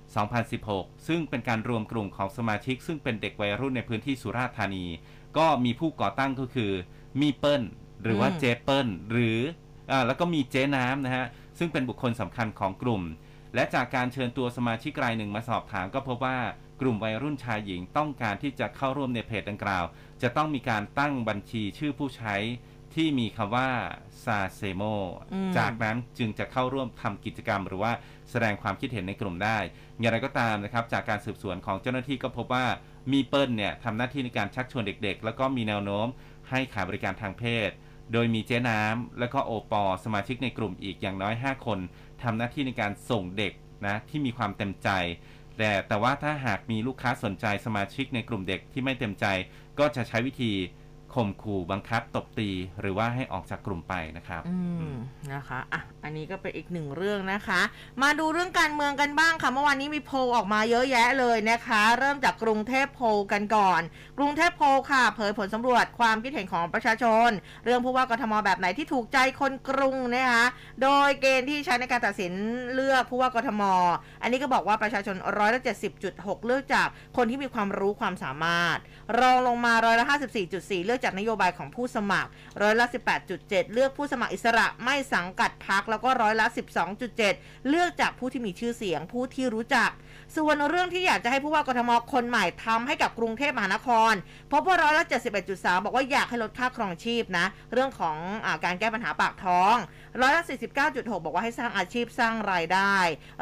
2016ซึ่งเป็นการรวมกลุ่มของสมาชิกซึ่งเป็นเด็กวัยรุ่นในพื้นที่สุราษฎร์ธานีก็มีผู้ก่อตั้งก็คือมีเปิ้ลหรือว่าเจเปิ้ลหรือแล้วก็มีเจ๊น้ำนะฮะซึ่งเป็นบุคคลสำคัญของกลุ่มและจากการเชิญตัวสมาชิกรายหนึ่งมาสอบถามก็พบว่ากลุ่มวัยรุ่นชายหญิงต้องการที่จะเข้าร่วมในเพจดังกล่าวจะต้องมีการตั้งบัญชีชื่อผู้ใช้ที่มีคำว่าซาเซโมจากนั้นจึงจะเข้าร่วมทำกิจกรรมหรือว่าแสดงความคิดเห็นในกลุ่มได้อย่างไรก็ตามนะครับจากการสืบสวนของเจ้าหน้าที่ก็พบว่ามีเปิ้ลเนี่ยทำหน้าที่ในการชักชวนเด็กๆแล้วก็มีแนวโน้มให้ขายบริการทางเพศโดยมีเจ๊น้ำและก็โอปอสมาชิกในกลุ่มอีกอย่างน้อย5คนทำหน้าที่ในการส่งเด็กนะที่มีความเต็มใจแต่ว่าถ้าหากมีลูกค้าสนใจสมาชิกในกลุ่มเด็กที่ไม่เต็มใจก็จะใช้วิธีข่มขู่บังคับตบตีหรือว่าให้ออกจากกลุ่มไปนะครับนะคะอันนี้ก็เป็นอีกหนึ่งเรื่องนะคะมาดูเรื่องการเมืองกันบ้างค่ะเมื่อวานนี้มีโพลออกมาเยอะแยะเลยนะคะเริ่มจากกรุงเทพโพลกันก่อนกรุงเทพโพลค่ะเผยผลสำรวจความคิดเห็นของประชาชนเรื่องผู้ว่ากทมแบบไหนที่ถูกใจคนกรุงนะคะโดยเกณฑ์ที่ใช้ในการตัดสินเลือกผู้ว่ากทมอันนี้ก็บอกว่าประชาชน70.6%เลือกจากคนที่มีความรู้ความสามารถรองลงมา54.4%เลือกจากนโยบายของผู้สมัคร18.7%เลือกผู้สมัครอิสระไม่สังกัดพรรคแล้วก็12.7%เลือกจากผู้ที่มีชื่อเสียงผู้ที่รู้จักส่วนเรื่องที่อยากจะให้ผู้ว่ากทมคนใหม่ทำให้กับกรุงเทพมหานครพบว่า71.3%บอกว่าอยากให้ลดค่าครองชีพนะเรื่องของการแก้ปัญหาปากท้อง49.6%บอกว่าให้สร้างอาชีพสร้างรายได้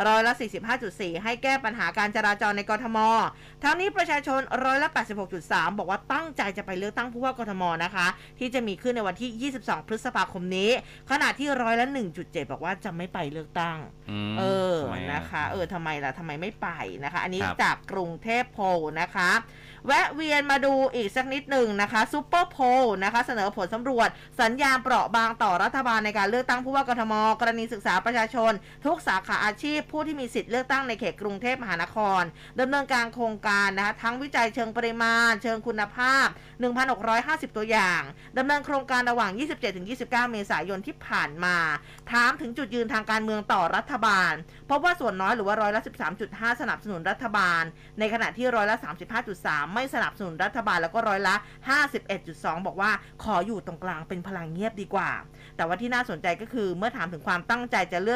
45.4%ให้แก้ปัญหาการจราจรในกทมทั้งนี้ประชาชน86.3%บอกว่าตั้งใจจะไปเลือกตั้งผู้ว่ากทมนะคะที่จะมีขึ้นในวันที่22พฤษภาคมนี้ขณะที่101.7%บอกว่าจะไม่ไปเลือกตั้งนะคะทำไมล่ะทำไมไม่ไปนะคะอันนี้จากกรุงเทพโพลนะคะแวะเวียนมาดูอีกสักนิดหนึ่งนะคะซุปเปอร์โพลนะคะเสนอผลสำรวจสัญญาณเปราะบางต่อรัฐบาลในการเลือกตั้งผู้ว่ากทมกรณีศึกษาประชาชนทุกสาขาอาชีพผู้ที่มีสิทธิ์เลือกตั้งในเขตกรุงเทพมหานครดำเนินการโครงการนะคะทั้งวิจัยเชิงปริมาณเชิงคุณภาพ 1,650 ตัวอย่างดำเนินโครงการระหว่าง 27-29 เมษายนที่ผ่านมาถามถึงจุดยืนทางการเมืองต่อรัฐบาลพบว่าส่วนน้อยหรือว่า13.5% สนับสนุนรัฐบาลในขณะที่35.3%ไม่สนับสนุนรัฐบาลแล้วก็51.2% บอกว่าขออยู่ตรงกลางเป็นพลังเงียบดีกว่าแต่ว่าที่น่าสนใจก็คือเมื่อถามถึงความตั้งใจจะเลือก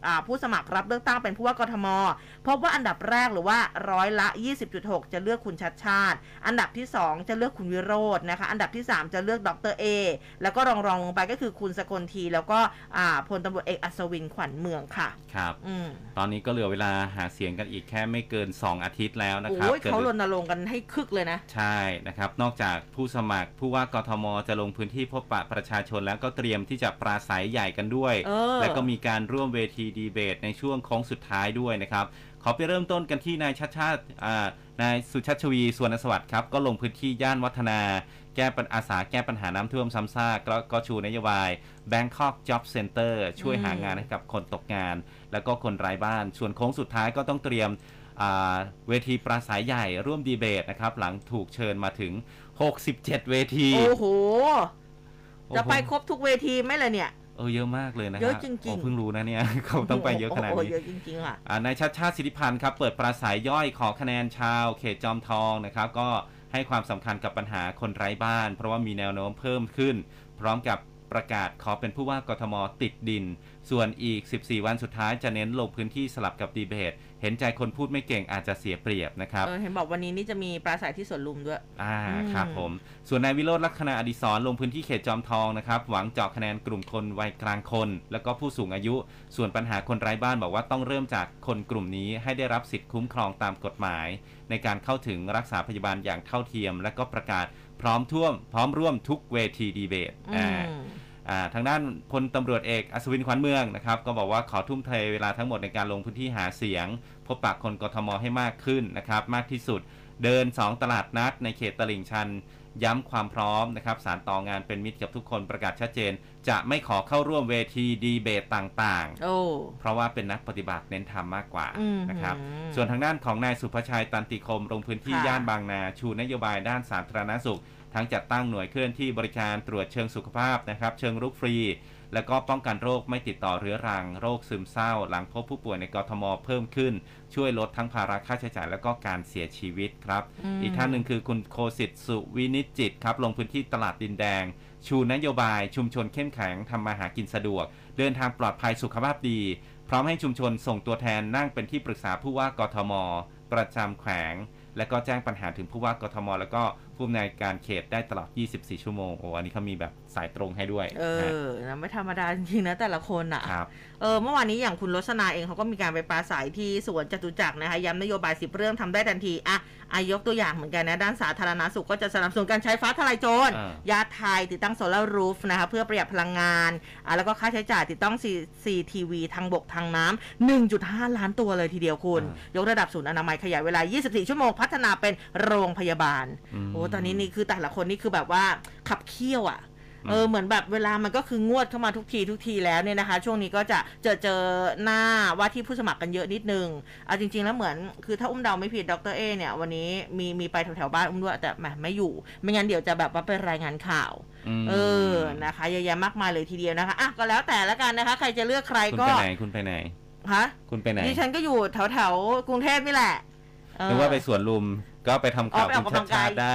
ผู้สมัครรับเลือกตั้งเป็นผู้ว่ากทมพบว่าอันดับแรกหรือว่าร้อยละ 20.6 จะเลือกคุณชัชชาติอันดับที่2จะเลือกคุณวิโรจน์นะคะอันดับที่3จะเลือกดร.เอแล้วก็รองลงไปก็คือคุณสกลทีแล้วก็พลตำรวจเอกอัศวินขวัญเมืองค่ะครับตอนนี้ก็เหลือเวลาหาเสียงกันอีกแค่ไม่เกิน2อาทิตย์แล้วนะครับเขารณรงค์กันให้คึกเลยนะใช่นะครับนอกจากผู้สมัครผู้ว่ากทมจะลงพื้นที่พบปะประชาชนแล้วก็เตรียมที่จะปราศัยใหญ่กันด้วยและก็มีการร่วมเวทีดีเบตในช่วงโค้งสุดท้ายด้วยนะครับขอไปเริ่มต้นกันที่นายชัชชาตินายสุชัชวีสุวรรณสวัสดิ์ครับก็ลงพื้นที่ย่านวัฒนาอาสาแก้ปัญหาน้ำท่วมซ้ำซากก็ชูนโยบาย Bangkok Job Center ช่วยหางานให้กับคนตกงานแล้วก็คนไร้บ้านส่วนโค้งสุดท้ายก็ต้องเตรียมเวทีปราศัยใหญ่ร่วมดีเบตนะครับหลังถูกเชิญมาถึง67เวทีโอ้โหจะไปครบทุกเวทีไหมล่ะเนี่ยเยอะมากเลยนะเยอะจริงๆเพิ่งรู้นะเนี่ยเขาต้องไปเยอะขนาดนี้เยอะจริงๆอ่ะนายชัชชาติสิทธิพันธ์ครับเปิดปราศัยย่อยขอคะแนนชาวเขตจอมทองนะครับก็ให้ความสำคัญกับปัญหาคนไร้บ้านเพราะว่ามีแนวโน้มเพิ่มขึ้นพร้อมกับประกาศขอเป็นผู้ว่ากทมติดดินส่วนอีก14วันสุดท้ายจะเน้นลงพื้นที่สลับกับดีเบตเห็นใจคนพูดไม่เก่งอาจจะเสียเปรียบนะครับเห็นบอกวันนี้นี่จะมีปราศัยที่สวนลุมด้วยครับผมส่วนนายวิโรจน์ลักษณะอดิศรลงพื้นที่เขตจอมทองนะครับหวังเจาะคะแนนกลุ่มคนวัยกลางคนแล้วก็ผู้สูงอายุส่วนปัญหาคนไร้บ้านบอกว่าต้องเริ่มจากคนกลุ่มนี้ให้ได้รับสิทธิคุ้มครองตามกฎหมายในการเข้าถึงรักษาพยาบาลอย่างเท่าเทียมและก็ประกาศพร้อมร่วมทุกเวทีดีเบตทางด้านพลตำรวจเอกอัศวินขวัญเมืองนะครับก็บอกว่าขอทุ่มเทเวลาทั้งหมดในการลงพื้นที่หาเสียงพบปะคนกทมให้มากขึ้นนะครับมากที่สุดเดิน2ตลาดนัดในเขตตลิ่งชันย้ำความพร้อมนะครับสานต่องานเป็นมิตรกับทุกคนประกาศชัดเจนจะไม่ขอเข้าร่วมเวทีดีเบตต่างๆเพราะว่าเป็นนักปฏิบัติเน้นธรรมมากกว่านะครับส่วนทางด้านของนายสุภชัยตันติคมลงพื้นที่ย่านบางนาชูนโยบายด้านสาธารณสุขทั้งจัดตั้งหน่วยเคลื่อนที่บริการตรวจเชิงสุขภาพนะครับเชิงรุกฟรีและก็ป้องกันโรคไม่ติดต่อเรื้อรังโรคซึมเศร้าหลังพบผู้ป่วยในกทมเพิ่มขึ้นช่วยลดทั้งภาระค่าใช้จ่ายและก็การเสียชีวิตครับอีกท่านหนึ่งคือคุณโคสิทธิ์สุวินิจจิตครับลงพื้นที่ตลาดดินแดงชูนโยบายชุมชนเข้มแข็งทำมาหากินสะดวกเดินทางปลอดภัยสุขภาพดีพร้อมให้ชุมชนส่งตัวแทนนั่งเป็นที่ปรึกษาผู้ว่ากทมประจำแขวงและก็แจ้งปัญหาถึงผู้ว่ากทมแล้วก็ผู้อำนวยการเขตได้ตลอด24ชั่วโมงอันนี้เขามีแบบสายตรงให้ด้วยนะไม่ธรรมดาจริงๆนะแต่ละคนอ่ะเมื่อวานนี้อย่างคุณรสนาเองเขาก็มีการไปปราศัยที่สวนจตุจักรนะคะย้ำนโยบาย10เรื่องทำได้ทันทียกตัวอย่างเหมือนกันนะด้านสาธารณสุขก็จะสนับสนุนการใช้ฟ้าทลายโจรยาไทยติดตั้งโซลาร์รูฟนะคะเพื่อประหยัดพลังงานแล้วก็ค่าใช้จ่ายติดตั้ง CCTV ทางบกทางน้ำ 1.5 ล้านตัวเลยทีเดียวคุณยกระดับศูนย์อนามัยขยายเวลา24ชั่วโมงพัฒนาเป็นโรงพยาบาลตอนนี้นี่คือแต่ละคนนี่คือแบบว่าขับเคี่ยวเหมือนแบบเวลามันก็คืองวดเข้ามาทุกทีแล้วเนี่ยนะคะช่วงนี้ก็จะเจอหน้าว่าที่ผู้สมัครกันเยอะนิดนึงจริงๆแล้วเหมือนคือถ้าอุ้มเดาไม่ผิดดร.เอเนี่ยวันนี้มีไปแถวๆบ้านอุ้มด้วยแต่ไม่อยู่ไม่งั้นเดี๋ยวจะแบบว่าไปรายงานข่าวนะคะเยอะแยะมากมายเลยทีเดียวนะคะก็แล้วแต่ละกันนะคะใครจะเลือกใครก็คุณไปไหนฮะคุณไปไหนดิฉันก็อยู่แถวกรุงเทพนี่แหละหรือว่าไปสวนลุมก็ไปทำข่าวคุณชัดชาติได้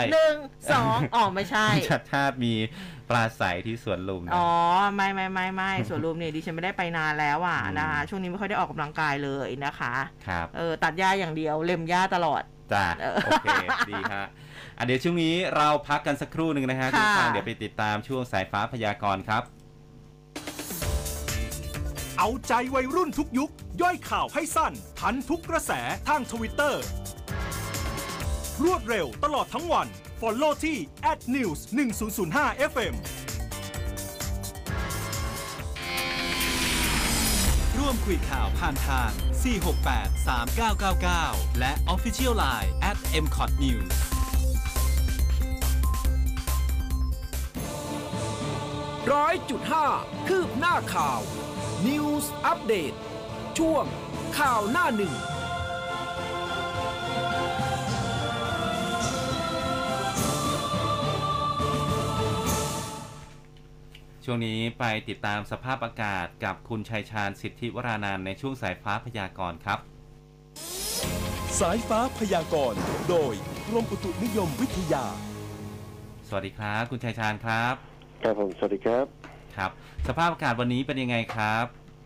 1-2ไม่ใช่ชัดชาติมีปราศัยที่สวนลุมไม่สวนลุมเนี่ยดิฉันไม่ได้ไปนานแล้วนะคะช่วงนี้ไม่ค่อยได้ออกกำลังกายเลยนะคะครับตัดหญ้าอย่างเดียวเล็มหญ้าตลอดจ้าโอเคดีฮะเดี๋ยวช่วงนี้เราพักกันสักครู่หนึ่งนะฮะทุกท่านเดี๋ยวไปติดตามช่วงสายฟ้าพยากรณ์ครับเอาใจวัยรุ่นทุกยุคย่อยข่าวให้สั้นทันทุกกระแสทาง Twitter รวดเร็วตลอดทั้งวัน Follow ที่ @news1005fm ร่วมคุยข่าวผ่านทาง 4683999 และ Official Line @mcotnews 100.5 คืบหน้าข่าว News Update ช่วงข่าวหน้าหนึ่งช่วงนี้ไปติดตามสภาพอากาศกับคุณชัยชาญสิทธิวรานานท์ในช่วงสายฟ้าพยากรณ์ครับสายฟ้าพยากรณ์โดยกรมอุตุนิยมวิทยาสวัสดีครับคุณชัยชาญครับครับผมสวัสดีครับครับสภาพอากาศวันนี้เป็นยังไงครับ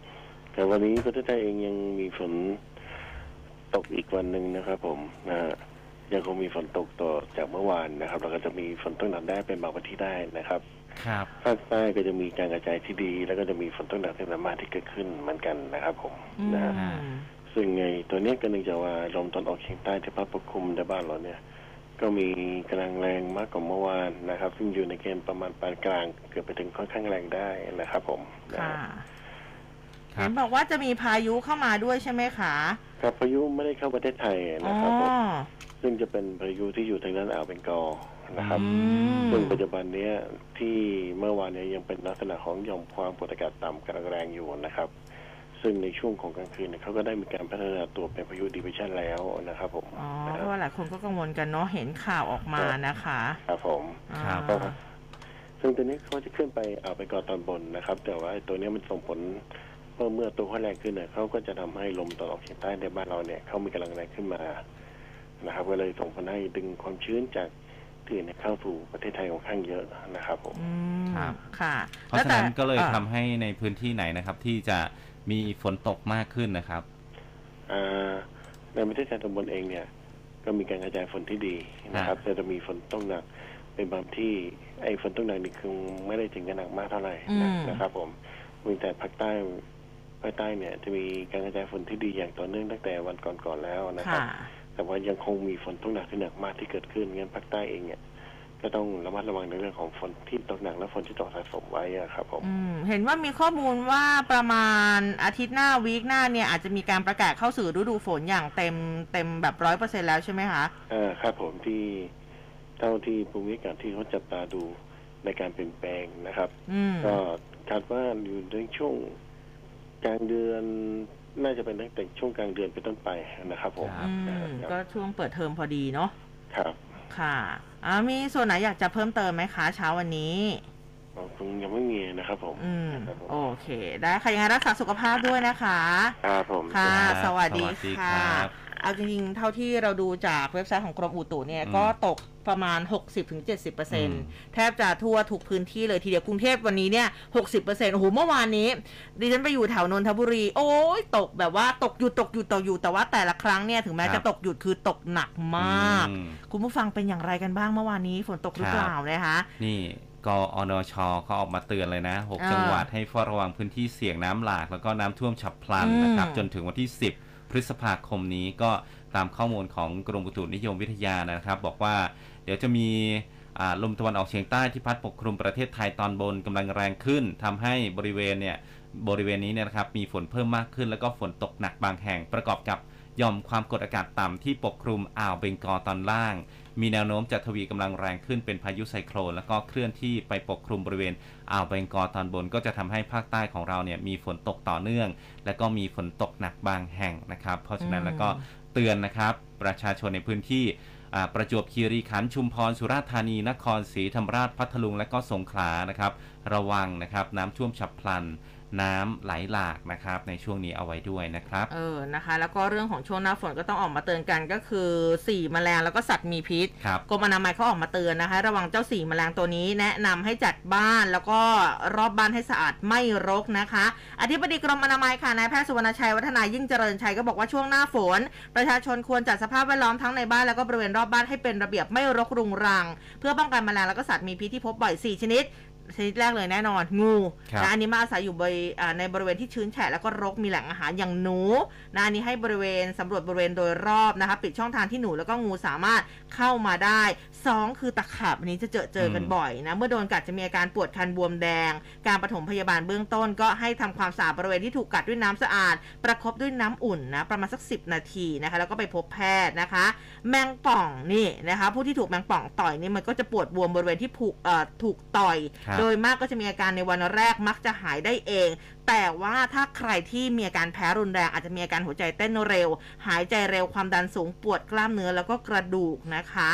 แต่วันนี้ประเทศไทยเองยังมีฝนตกอีกวันหนึ่งนะครับผมนะฮะยังคงมีฝนตกต่อจากเมื่อวานนะครับแล้วก็จะมีฝนตกหนักได้เป็นบางพื้นที่ได้นะครับครับภาคใต้ก็จะมีการกระจายที่ดีแล้วก็จะมีฝนตกหนักที่สามารถที่เกิดขึ้นเหมือนกันนะครับผมนะฮะซึ่งในตัวนี้ก็เนื่องจากว่าลมตะวันออกเฉียงใต้ที่พัดปกคลุมในบ้านเราเนี่ยก็มีกำลังแรงมากกว่าเมื่อวานนะครับซึ่งอยู่ในเกณฑ์ประมาณปานกลางเกือบไปถึงค่อนข้างแรงได้นะครับผมค่ะเห็นบอกว่าจะมีพายุเข้ามาด้วยใช่ไหมคะครับพายุไม่ได้เข้าประเทศไทยนะครับผมซึ่งจะเป็นพายุที่อยู่ทางด้านอ่าวเบงกอลนะครับซึ่งปัจจุบันนี้ที่เมื่อวานนี้ยังเป็นลักษณะของหย่อมความกดอากาศต่ำกำลังแรงอยู่นะครับซึ่งในช่วงของกลางคืนเขาก็ได้มีการพัฒนาตัวเป็นพายุดิเรกชันแล้วนะครับผมเพราะว่าหลายคนก็กังวลกันเนาะเห็นข่าวออกมานะคะครับผมครับซึ่งตัวนี้เขาจะขึ้นไปอ่าวเบงกอลตอนบนนะครับแต่ว่าตัวนี้มันส่งผลเมื่อตัวเขาแรงขึ้นเนี่ยเขาก็จะทำให้ลมตะวันออกเฉียงใต้ในบ้านเราเนี่ยเขามีกำลังแรงขึ้นมานะครับก็เลยส่งผลให้ดึงความชื้นจากที่อื่นเข้าสู่ประเทศไทยค่อนข้างเยอะนะครับผมครับค่ะเพราะฉะนั้นก็เลยทำให้ในพื้นที่ไหนนะครับที่จะมีฝนตกมากขึ้นนะครับในประเทศไทยตอนบนเองเนี่ยก็มีการกระจายฝนที่ดีนะครับแต่จะมีฝนตกหนักเป็นบางที่ไอ้ฝนตกหนักนี่คือไม่ได้ถึงกับหนักมากเท่าไหร่นะครับผมมีแต่ภาคใต้เนี่ยจะมีการกระจายฝนที่ดีอย่างต่อเนื่องตั้งแต่วันก่อนๆแล้วนะครับแต่ว่ายังคงมีฝนตกหนักที่หนักมากที่เกิดขึ้นงั้นภาคใต้เองเนี่ยก็ต้องระมัดระวังในเรื่องของฝนที่ตกหนักและฝนที่ตกสะสมไว้ครับผมเห็นว่ามีข้อมูลว่าประมาณอาทิตย์หน้าวีคหน้าเนี่ยอาจจะมีการประกาศเข้าสู่ฤดูฝนอย่างเต็มแบบ 100% แล้วใช่ไหมคะครับผมที่เท่าที่ภูมิอากาศที่เขาจับตาดูในการเปลี่ยนแปลงนะครับก็คาดว่าอยู่ในช่วงกลางเดือนน่าจะเป็นตั้งแต่ช่วงกลางเดือนเป็นต้นไปนะครับผมก็ช่วงเปิดเทอมพอดีเนาะครับค่ะมีส่วนไหนอยากจะเพิ่มเติมไหมคะเช้าวันนี้คงยังไม่มีนะครับผมโอเคได้ค่ะยังไงรักษาสุขภาพด้วยนะคะครับผมค่ะสวัสดีค่ะเอาจริงๆเท่าที่เราดูจากเว็บไซต์ของกรมอุตุเนี่ยก็ตกประมาณ 60-70% แทบจะทั่วทุกพื้นที่เลยทีเดียวกรุงเทพวันนี้เนี่ย 60% โอ้โหเมื่อวานนี้ดิฉันไปอยู่แถวนนทบุรีโอ้ยตกแบบว่าตกหยุดแต่ว่าแต่ละครั้งเนี่ยถึงแม้จะตกหยุดคือตกหนักมากคุณผู้ฟังเป็นอย่างไรกันบ้างเมื่อวานนี้ฝนตกหรือเปล่านะคะนี่กอนช.เขาออกมาเตือนเลยนะ6จังหวัดให้เฝ้าระวังพื้นที่เสี่ยงน้ำหลากแล้วก็น้ำท่วมฉับพลันนะครับจนถึงวันที่10พฤษภาคมนี้ก็ตามข้อมูลของกรมอุตุนิยมวิทยานะครับบอกว่าเดี๋ยวจะมีลมตะวันออกเฉียงใต้ที่พัดปกคลุมประเทศไทยตอนบนกำลังแรงขึ้นทำให้บริเวณนี้เนี่ยนะครับมีฝนเพิ่มมากขึ้นแล้วก็ฝนตกหนักบางแห่งประกอบกับหย่อมความกดอากาศต่ำที่ปกคลุมอ่าวเบงกอลตอนล่างมีแนวโน้มจะทวีกำลังแรงขึ้นเป็นพายุไซโคลนแล้วก็เคลื่อนที่ไปปกคลุมบริเวณอ่าวเบงกอลตอนบนก็จะทำให้ภาคใต้ของเราเนี่ยมีฝนตกต่อเนื่องและก็มีฝนตกหนักบางแห่งนะครับเพราะฉะนั้นแล้วก็เตือนนะครับประชาชนในพื้นที่ประจวบคีรีขันธ์ชุมพรสุราษฎร์ธานีนครศรีธรรมราชพัทลุงและก็สงขลานะครับระวังนะครับน้ำท่วมฉับพลันน้ำไหลหลากนะครับในช่วงนี้เอาไว้ด้วยนะครับนะคะแล้วก็เรื่องของช่วงหน้าฝนก็ต้องออกมาเตือนกันก็คือ4แมลงแล้วก็สัตว์มีพิษกรมอนามัยเขาออกมาเตือนนะคะระวังเจ้า4แมลงตัวนี้แนะนำให้จัดบ้านแล้วก็รอบบ้านให้สะอาดไม่รกนะคะอธิบดีกรมอนามัยค่ะนายแพทย์สุวรรณชัยวัฒนายิ่งเจริญชัยก็บอกว่าช่วงหน้าฝนประชาชนควรจัดสภาพแวดล้อมทั้งในบ้านแล้วก็บริเวณรอบบ้านให้เป็นระเบียบไม่รกรุงรังเพื่อป้องกันแมลงแล้วก็สัตว์มีพิษที่พบบ่อย4ชนิดแรกเลยแน่นอนงูนะอันนี้มาอาศัยอยู่ในบริเวณที่ชื้นแฉะแล้วก็รกมีแหล่งอาหารอย่างหนูนะอันนี้ให้บริเวณสำรวจบริเวณโดยรอบนะคะปิดช่องทางที่หนูแล้วก็งูสามารถเข้ามาได้2คือตะขาบอันนี้จะเจอกันบ่อยนะเมื่อโดนกัดจะมีอาการปวดคันบวมแดงการปฐมพยาบาลเบื้องต้นก็ให้ทำความสะอาดบริเวณที่ถูกกัดด้วยน้ำสะอาดประคบด้วยน้ำอุ่นนะประมาณสัก10นาทีนะคะแล้วก็ไปพบแพทย์นะคะแมงป่องนี่นะคะผู้ที่ถูกแมงป่องต่อยนี่มันก็จะปวดบวมบริเวณที่ถูกต่อยโดยมากก็จะมีอาการในวันแรกมักจะหายได้เองแต่ว่าถ้าใครที่มีอาการแพ้รุนแรงอาจจะมีอาการหัวใจเต้นเร็วหายใจเร็วความดันสูงปวดกล้ามเนื้อแล้วก็กระดูกนะคะ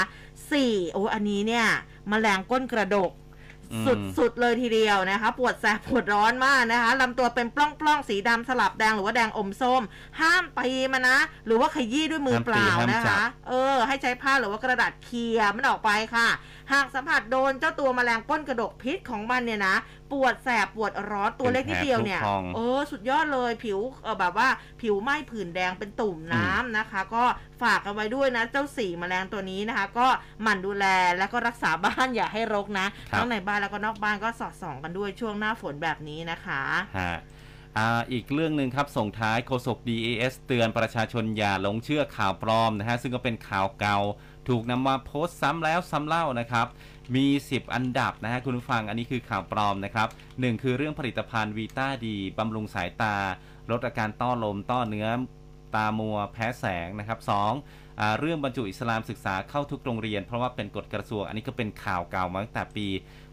4อันนี้เนี่ยแมลงก้นกระดกสุดเลยทีเดียวนะคะปวดแสบปวดร้อนมากนะคะลำตัวเป็นปล้องๆสีดำสลับแดงหรือว่าแดงอมส้มห้ามตีมันนะหรือว่าขยี้ด้วยมือเปล่านะคะให้ใช้ผ้าหรือว่ากระดาษเคลียร์มันออกไปค่ะหากสัมผัสโดนเจ้าตัวแมลงก้นกระดกพิษของมันเนี่ยนะปวดแสบปวดร้อนตัวเล็กนิดเดียวเนี่ยสุดยอดเลยผิวแบบว่าผิวไหม้ผื่นแดงเป็นตุ่มน้ำนะคะก็ฝากกันไว้ด้วยนะเจ้า4แมลงตัวนี้นะคะก็หมั่นดูแลแล้วก็รักษาบ้านอย่าให้รกนะทั้งในบ้านแล้วก็นอกบ้านก็สอดส่องกันด้วยช่วงหน้าฝนแบบนี้นะคะอีกเรื่องหนึ่งครับส่งท้ายโฆษก DAS เตือนประชาชนอย่าหลงเชื่อข่าวปลอมนะฮะซึ่งก็เป็นข่าวเก่าถูกนำมาโพสต์ซ้ำแล้วซ้ำเล่านะครับมี10อันดับนะฮะคุณผู้ฟังอันนี้คือข่าวปลอมนะครับ1คือเรื่องผลิตภัณฑ์วีต้าดีบำรุงสายตาลดอาการต้อลมต้อเนื้อตามัวแพ้แสงนะครับ2เรื่องบรรจุอิสลามศึกษาเข้าทุกโรงเรียนเพราะว่าเป็นกฎกระทรวงอันนี้ก็เป็นข่าวเก่ามาตั้งแต่ปี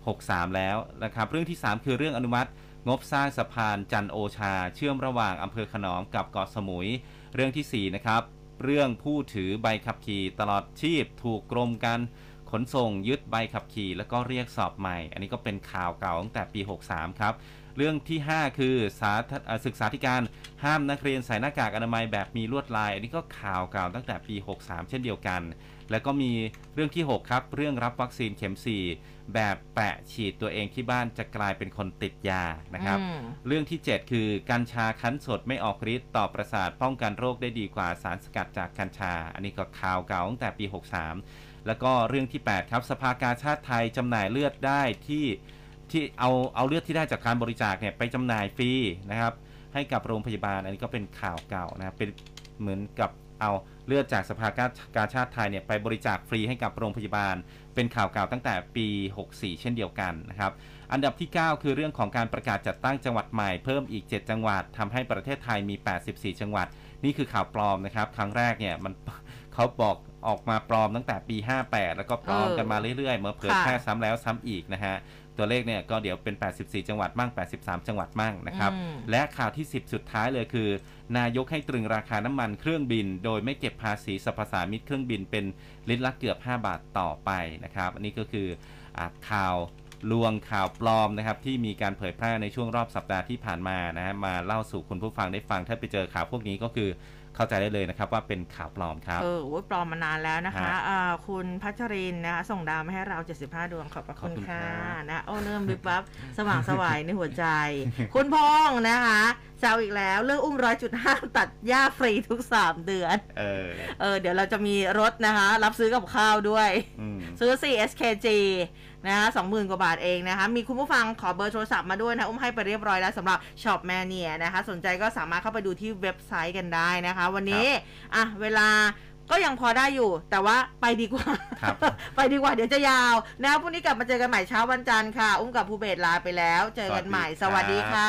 63แล้วนะครับเรื่องที่3คือเรื่องอนุมัติงบสร้างสะพานจันโอชาเชื่อมระหว่างอำเภอขนอมกับเกาะสมุยเรื่องที่4นะครับเรื่องผู้ถือใบขับขี่ตลอดชีพถูกกรมการขนส่งยึดใบขับขี่แล้วก็เรียกสอบใหม่อันนี้ก็เป็นข่าวเก่าตั้งแต่ปี63ครับเรื่องที่5คือศึกษาธิการห้ามนักเรียนใส่หน้ากากอนามัยแบบมีลวดลายอันนี้ก็ข่าวเก่าตั้งแต่ปี63เช่นเดียวกันแล้วก็มีเรื่องที่6ครับเรื่องรับวัคซีนเข็ม4แบบแปะฉีดตัวเองที่บ้านจะกลายเป็นคนติดยานะครับเรื่องที่7คือกัญชาคั้นสดไม่ออกฤทธิ์ต่อประสาทป้องกันโรคได้ดีกว่าสารสกัดจากกัญชาอันนี้ก็ข่าวเก่าตั้งแต่ปี63แล้วก็เรื่องที่8ครับสภากาชาดไทยจำหน่ายเลือดได้ที่เอาเลือดที่ได้จากการบริจาคเนี่ยไปจำหน่ายฟรีนะครับให้กับโรงพยาบาลอันนี้ก็เป็นข่าวเก่านะเป็นเหมือนกับเอาเลือดจากสภากาชาดไทยเนี่ยไปบริจาคฟรีให้กับโรงพยาบาลเป็นข่าวเก่าตั้งแต่ปี64เช่นเดียวกันนะครับอันดับที่9คือเรื่องของการประกาศจัดตั้งจังหวัดใหม่เพิ่มอีก7จังหวัดทำให้ประเทศไทยมี84จังหวัดนี่คือข่าวปลอมนะครับครั้งแรกเนี่ยมันเขาบอกออกมาปลอมตั้งแต่ปี58แล้วก็ปลอมกันมาเรื่อยๆมาเผยแพร่ซ้ำแล้วซ้ำอีกนะฮะตัวเลขเนี่ยก็เดี๋ยวเป็น84จังหวัดมั่ง83จังหวัดมั่งนะครับและข่าวที่10สุดท้ายเลยคือนายกให้ตรึงราคาน้ำมันเครื่องบินโดยไม่เก็บภาษีสรรพสามิตเครื่องบินเป็นลิตรละเกือบ5 บาทต่อไปนะครับอันนี้ก็คือข่าวลวงข่าวปลอมนะครับที่มีการเผยแพร่ในช่วงรอบสัปดาห์ที่ผ่านมานะฮะมาเล่าสู่คุณผู้ฟังได้ฟังถ้าไปเจอข่าวพวกนี้ก็คือเข้าใจได้เลยนะครับว่าเป็นข่าวปลอมครับปลอมมานานแล้วนะคะคุณพัชรินนะคะส่งดาวมาให้เรา75ดวงขอบพระคุณค่ะนะเริ่มวิบวับสว่างสวายในหัวใจคุณพงษ์นะคะแซวอีกแล้วเรื่องอุ้ม100.5ตัดหญ้าฟรีทุก3เดือนเดี๋ยวเราจะมีรถนะคะรับซื้อกับข้าวด้วยซื้อ4 SKG นะคะ20,000 กว่าบาทเองนะคะมีคุณผู้ฟังขอเบอร์โทรศัพท์มาด้วยนะอุ้มให้ไปเรียบร้อยแล้วสำหรับช็อปแมเนียนะคะสนใจก็สามารถเข้าไปดูที่เว็บไซต์กันได้นะคะวันนี้เวลาก็ยังพอได้อยู่แต่ว่าไปดีกว่า ไปดีกว่าเดี๋ยวจะยาวนะพรุ่งนี้กลับมาเจอกันใหม่เช้าวันจันทร์ค่ะอุ้มกับภูเบศลาไปแล้วเจอกันใหม่สวัสดีค่ะ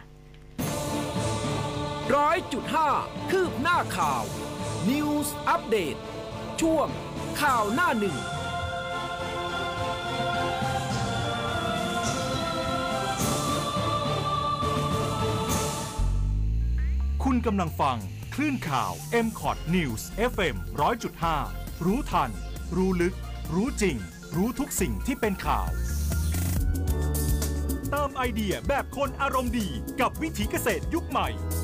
100.5 คืบหน้าข่าว News Update ช่วงข่าวหน้าหนึ่งคุณกำลังฟังคลื่นข่าว MCOT News FM 100.5 รู้ทันรู้ลึกรู้จริงรู้ทุกสิ่งที่เป็นข่าวเติมไอเดียแบบคนอารมณ์ดีกับวิถีเกษตรยุคใหม่